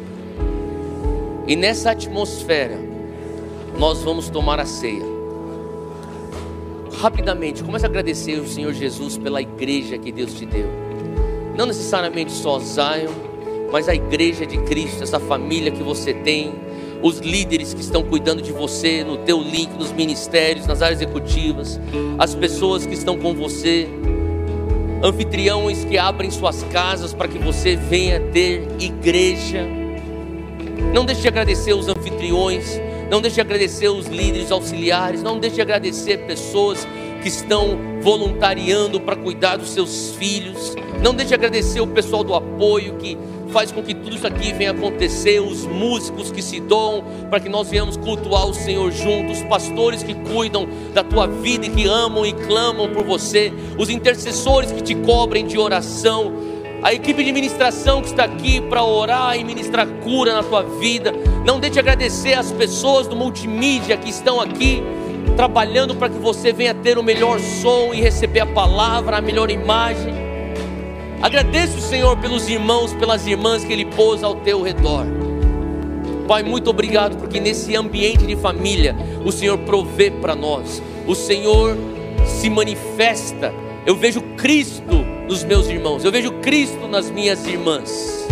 E nessa atmosfera, nós vamos tomar a ceia. Rapidamente, comece a agradecer ao Senhor Jesus pela igreja que Deus te deu. Não necessariamente só Zion, mas a igreja de Cristo, essa família que você tem, os líderes que estão cuidando de você, no teu link, nos ministérios, nas áreas executivas, as pessoas que estão com você, anfitriões que abrem suas casas para que você venha ter igreja. Não deixe de agradecer os anfitriões, não deixe de agradecer os líderes auxiliares, não deixe de agradecer pessoas que estão voluntariando para cuidar dos seus filhos, não deixe de agradecer o pessoal do apoio que faz com que tudo isso aqui venha acontecer, os músicos que se doam para que nós venhamos cultuar o Senhor juntos, os pastores que cuidam da tua vida e que amam e clamam por você, os intercessores que te cobrem de oração, a equipe de ministração que está aqui para orar e ministrar cura na tua vida. Não deixe de agradecer as pessoas do multimídia que estão aqui trabalhando para que você venha ter o melhor som e receber a palavra, a melhor imagem. Agradeça o Senhor pelos irmãos, pelas irmãs que Ele pôs ao teu redor. Pai, muito obrigado, porque nesse ambiente de família o Senhor provê para nós, o Senhor se manifesta. Eu vejo Cristo nos meus irmãos, eu vejo Cristo nas minhas irmãs.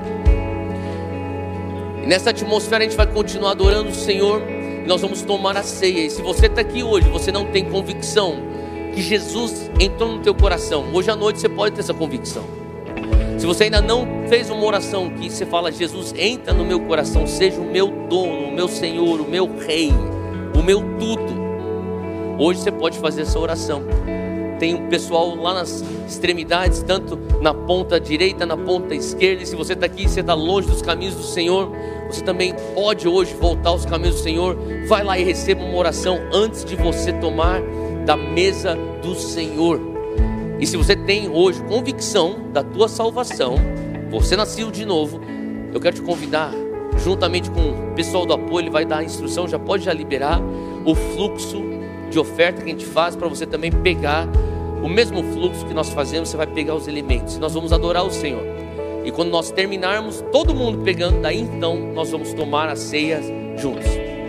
E nessa atmosfera a gente vai continuar adorando o Senhor. E nós vamos tomar a ceia. E se você está aqui hoje, você não tem convicção que Jesus entrou no teu coração, hoje à noite você pode ter essa convicção. Se você ainda não fez uma oração que você fala: Jesus, entra no meu coração, seja o meu dono, o meu Senhor, o meu Rei, o meu tudo. Hoje você pode fazer essa oração. Tem um pessoal lá nas extremidades, tanto na ponta direita, na ponta esquerda. E se você está aqui, você está longe dos caminhos do Senhor, você também pode hoje voltar aos caminhos do Senhor. Vai lá e receba uma oração antes de você tomar da mesa do Senhor. E se você tem hoje convicção da tua salvação, você nasceu de novo, eu quero te convidar, juntamente com o pessoal do apoio, ele vai dar a instrução, já pode já liberar o fluxo de oferta que a gente faz, para você também pegar o mesmo fluxo que nós fazemos. Você vai pegar os elementos, nós vamos adorar o Senhor. E quando nós terminarmos, todo mundo pegando, daí então nós vamos tomar a ceia juntos.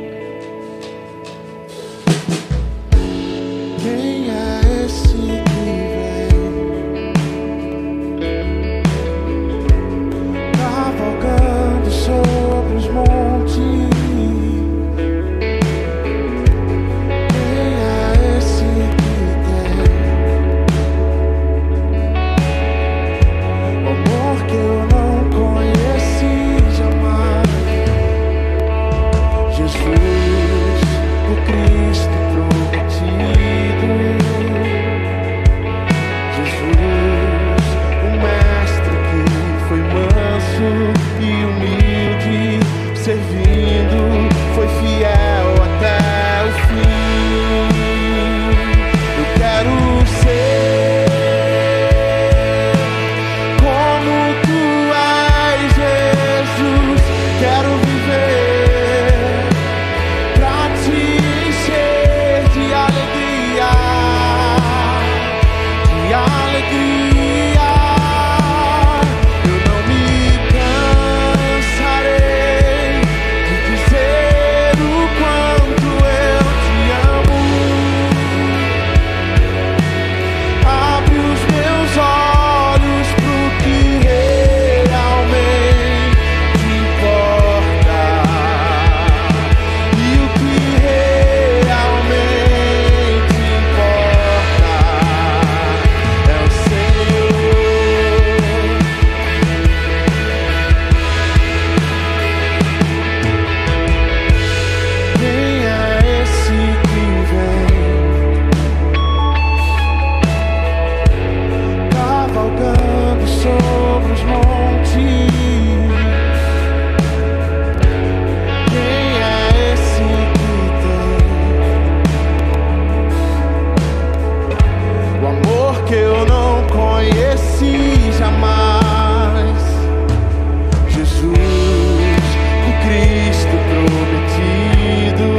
Quem é esse que vem cavalgando sobre os montes? Quem é esse que tem o amor que eu não conheci jamais? Jesus, o Cristo prometido. Jesus, o mestre que foi manso e humilde, servindo, foi fiel até o fim. Eu quero ser como tu és, Jesus. Quero viver pra te encher de alegria, de alegria. Eu não me cansarei de dizer o quanto eu te amo. Abre os meus olhos pro que realmente importa, e o que realmente importa é o Senhor. Quem é esse que vem cavalgando sobre os montes? Quem é esse que tem o amor que eu não conheci jamais? Jesus, o Cristo prometido.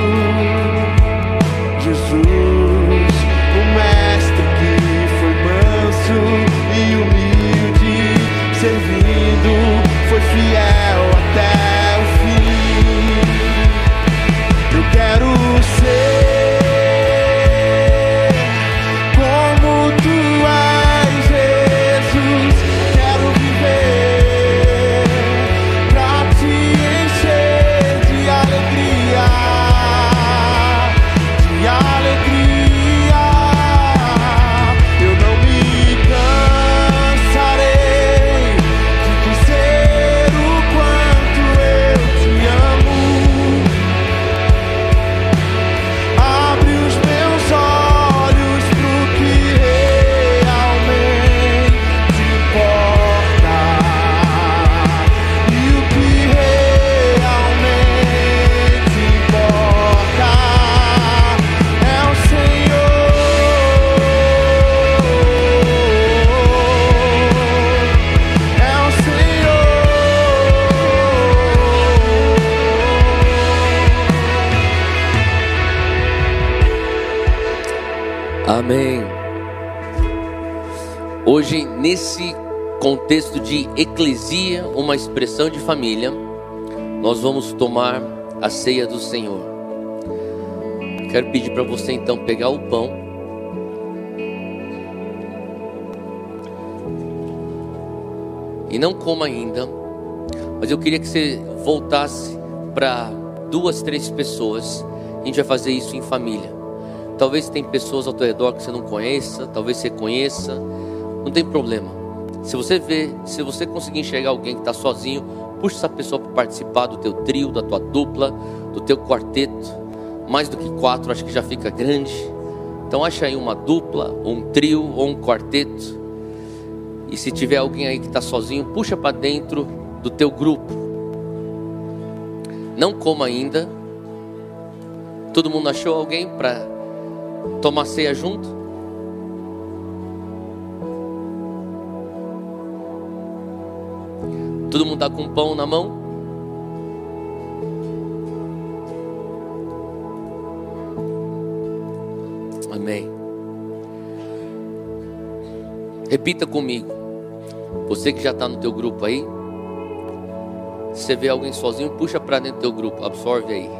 Jesus, o mestre que foi manso e humilde, servindo, foi fiel até o fim. Eu quero ser como tu és, Jesus. Quero viver pra te encher de alegria, de alegria. Eu não me cansarei de dizer o hoje, nesse contexto de eclesia, uma expressão de família, nós vamos tomar a ceia do Senhor. Quero pedir para você então pegar o pão. E não coma ainda, mas eu queria que você voltasse para duas, três pessoas. A gente vai fazer isso em família. Talvez tem pessoas ao teu redor que você não conheça, talvez você conheça, não tem problema. Se você vê, se você conseguir enxergar alguém que está sozinho, puxa essa pessoa para participar do teu trio, da tua dupla, do teu quarteto. Mais do que quatro, acho que já fica grande. Então acha aí uma dupla, um trio ou um quarteto. E se tiver alguém aí que está sozinho, puxa para dentro do teu grupo. Não coma ainda. Todo mundo achou alguém para tomar ceia junto? Todo mundo está com pão na mão? Amém. Repita comigo. Você que já está no teu grupo aí, se você vê alguém sozinho, puxa para dentro do teu grupo, absorve aí.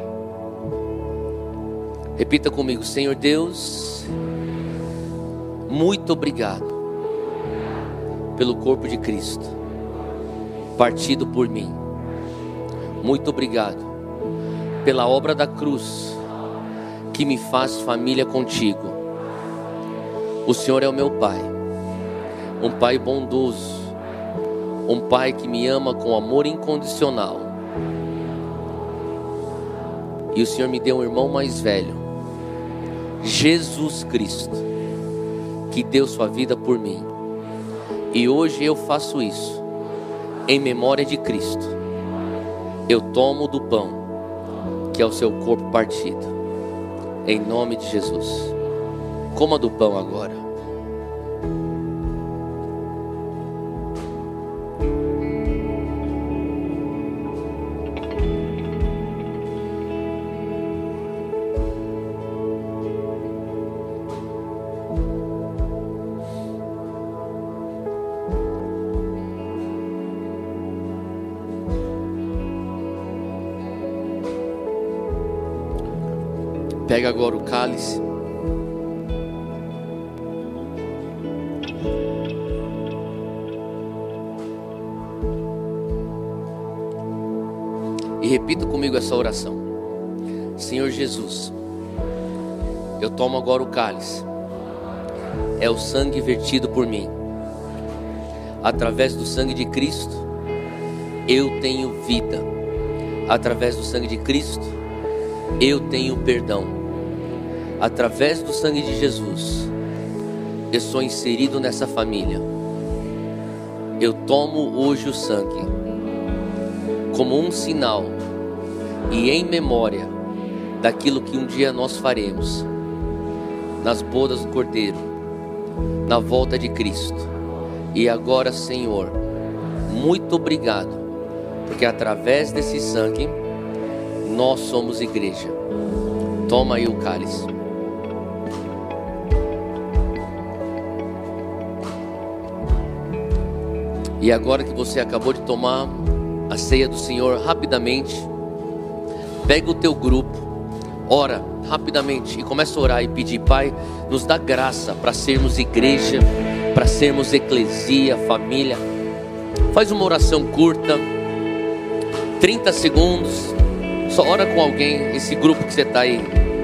Repita comigo: Senhor Deus, muito obrigado pelo corpo de Cristo partido por mim. Muito obrigado pela obra da cruz que me faz família contigo. O Senhor é o meu Pai, um Pai bondoso, um Pai que me ama com amor incondicional. E o Senhor me deu um irmão mais velho, Jesus Cristo, que deu sua vida por mim. E hoje eu faço isso em memória de Cristo. Eu tomo do pão, que é o seu corpo partido, em nome de Jesus. Coma do pão agora. Pega agora o cálice. E repita comigo essa oração. Senhor Jesus, eu tomo agora o cálice. É o sangue vertido por mim. Através do sangue de Cristo, eu tenho vida. Através do sangue de Cristo, eu tenho perdão. Através do sangue de Jesus, eu sou inserido nessa família. Eu tomo hoje o sangue como um sinal e em memória daquilo que um dia nós faremos nas bodas do Cordeiro, na volta de Cristo. E agora, Senhor, muito obrigado, porque através desse sangue nós somos igreja. Toma aí o cálice. E agora que você acabou de tomar a ceia do Senhor, rapidamente pega o teu grupo, ora rapidamente e começa a orar e pedir: Pai, nos dá graça para sermos igreja, para sermos eclesia, família. Faz uma oração curta, trinta segundos. Só ora com alguém, esse grupo que você está aí.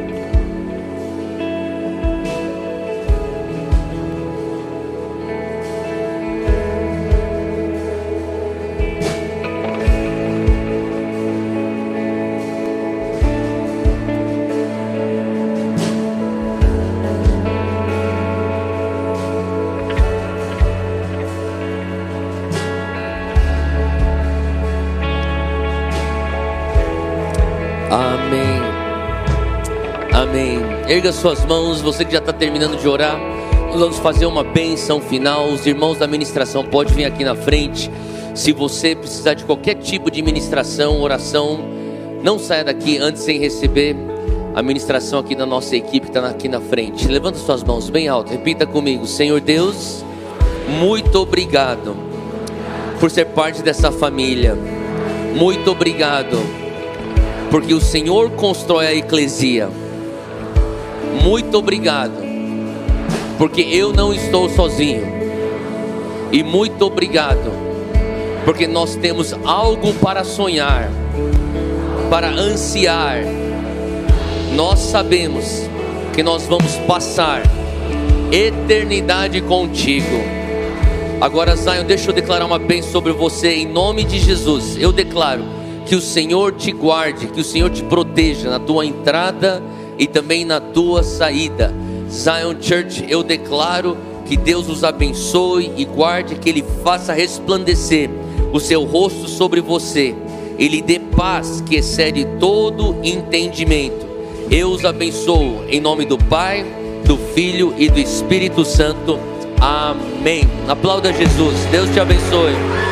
Amém. Amém. Erga suas mãos, você que já está terminando de orar. Nós vamos fazer uma bênção final. Os irmãos da ministração podem vir aqui na frente. Se você precisar de qualquer tipo de ministração, oração, não saia daqui antes sem receber a ministração aqui da nossa equipe que está aqui na frente. Levanta suas mãos bem alto, repita comigo: Senhor Deus, muito obrigado por ser parte dessa família. Muito obrigado, porque o Senhor constrói a eclesia. Muito obrigado, porque eu não estou sozinho. E muito obrigado, porque nós temos algo para sonhar, para ansiar. Nós sabemos que nós vamos passar eternidade contigo. Agora, Zion, deixa eu declarar uma bênção sobre você em nome de Jesus. Eu declaro que o Senhor te guarde, que o Senhor te proteja na tua entrada e também na tua saída. Zion Church, eu declaro que Deus os abençoe e guarde, que Ele faça resplandecer o seu rosto sobre você, Ele dê paz que excede todo entendimento. Eu os abençoo em nome do Pai, do Filho e do Espírito Santo. Amém. Aplauda Jesus. Deus te abençoe.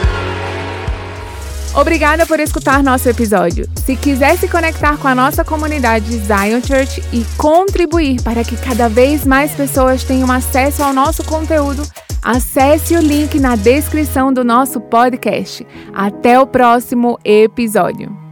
Obrigada por escutar nosso episódio. Se quiser se conectar com a nossa comunidade Zion Church e contribuir para que cada vez mais pessoas tenham acesso ao nosso conteúdo, acesse o link na descrição do nosso podcast. Até o próximo episódio.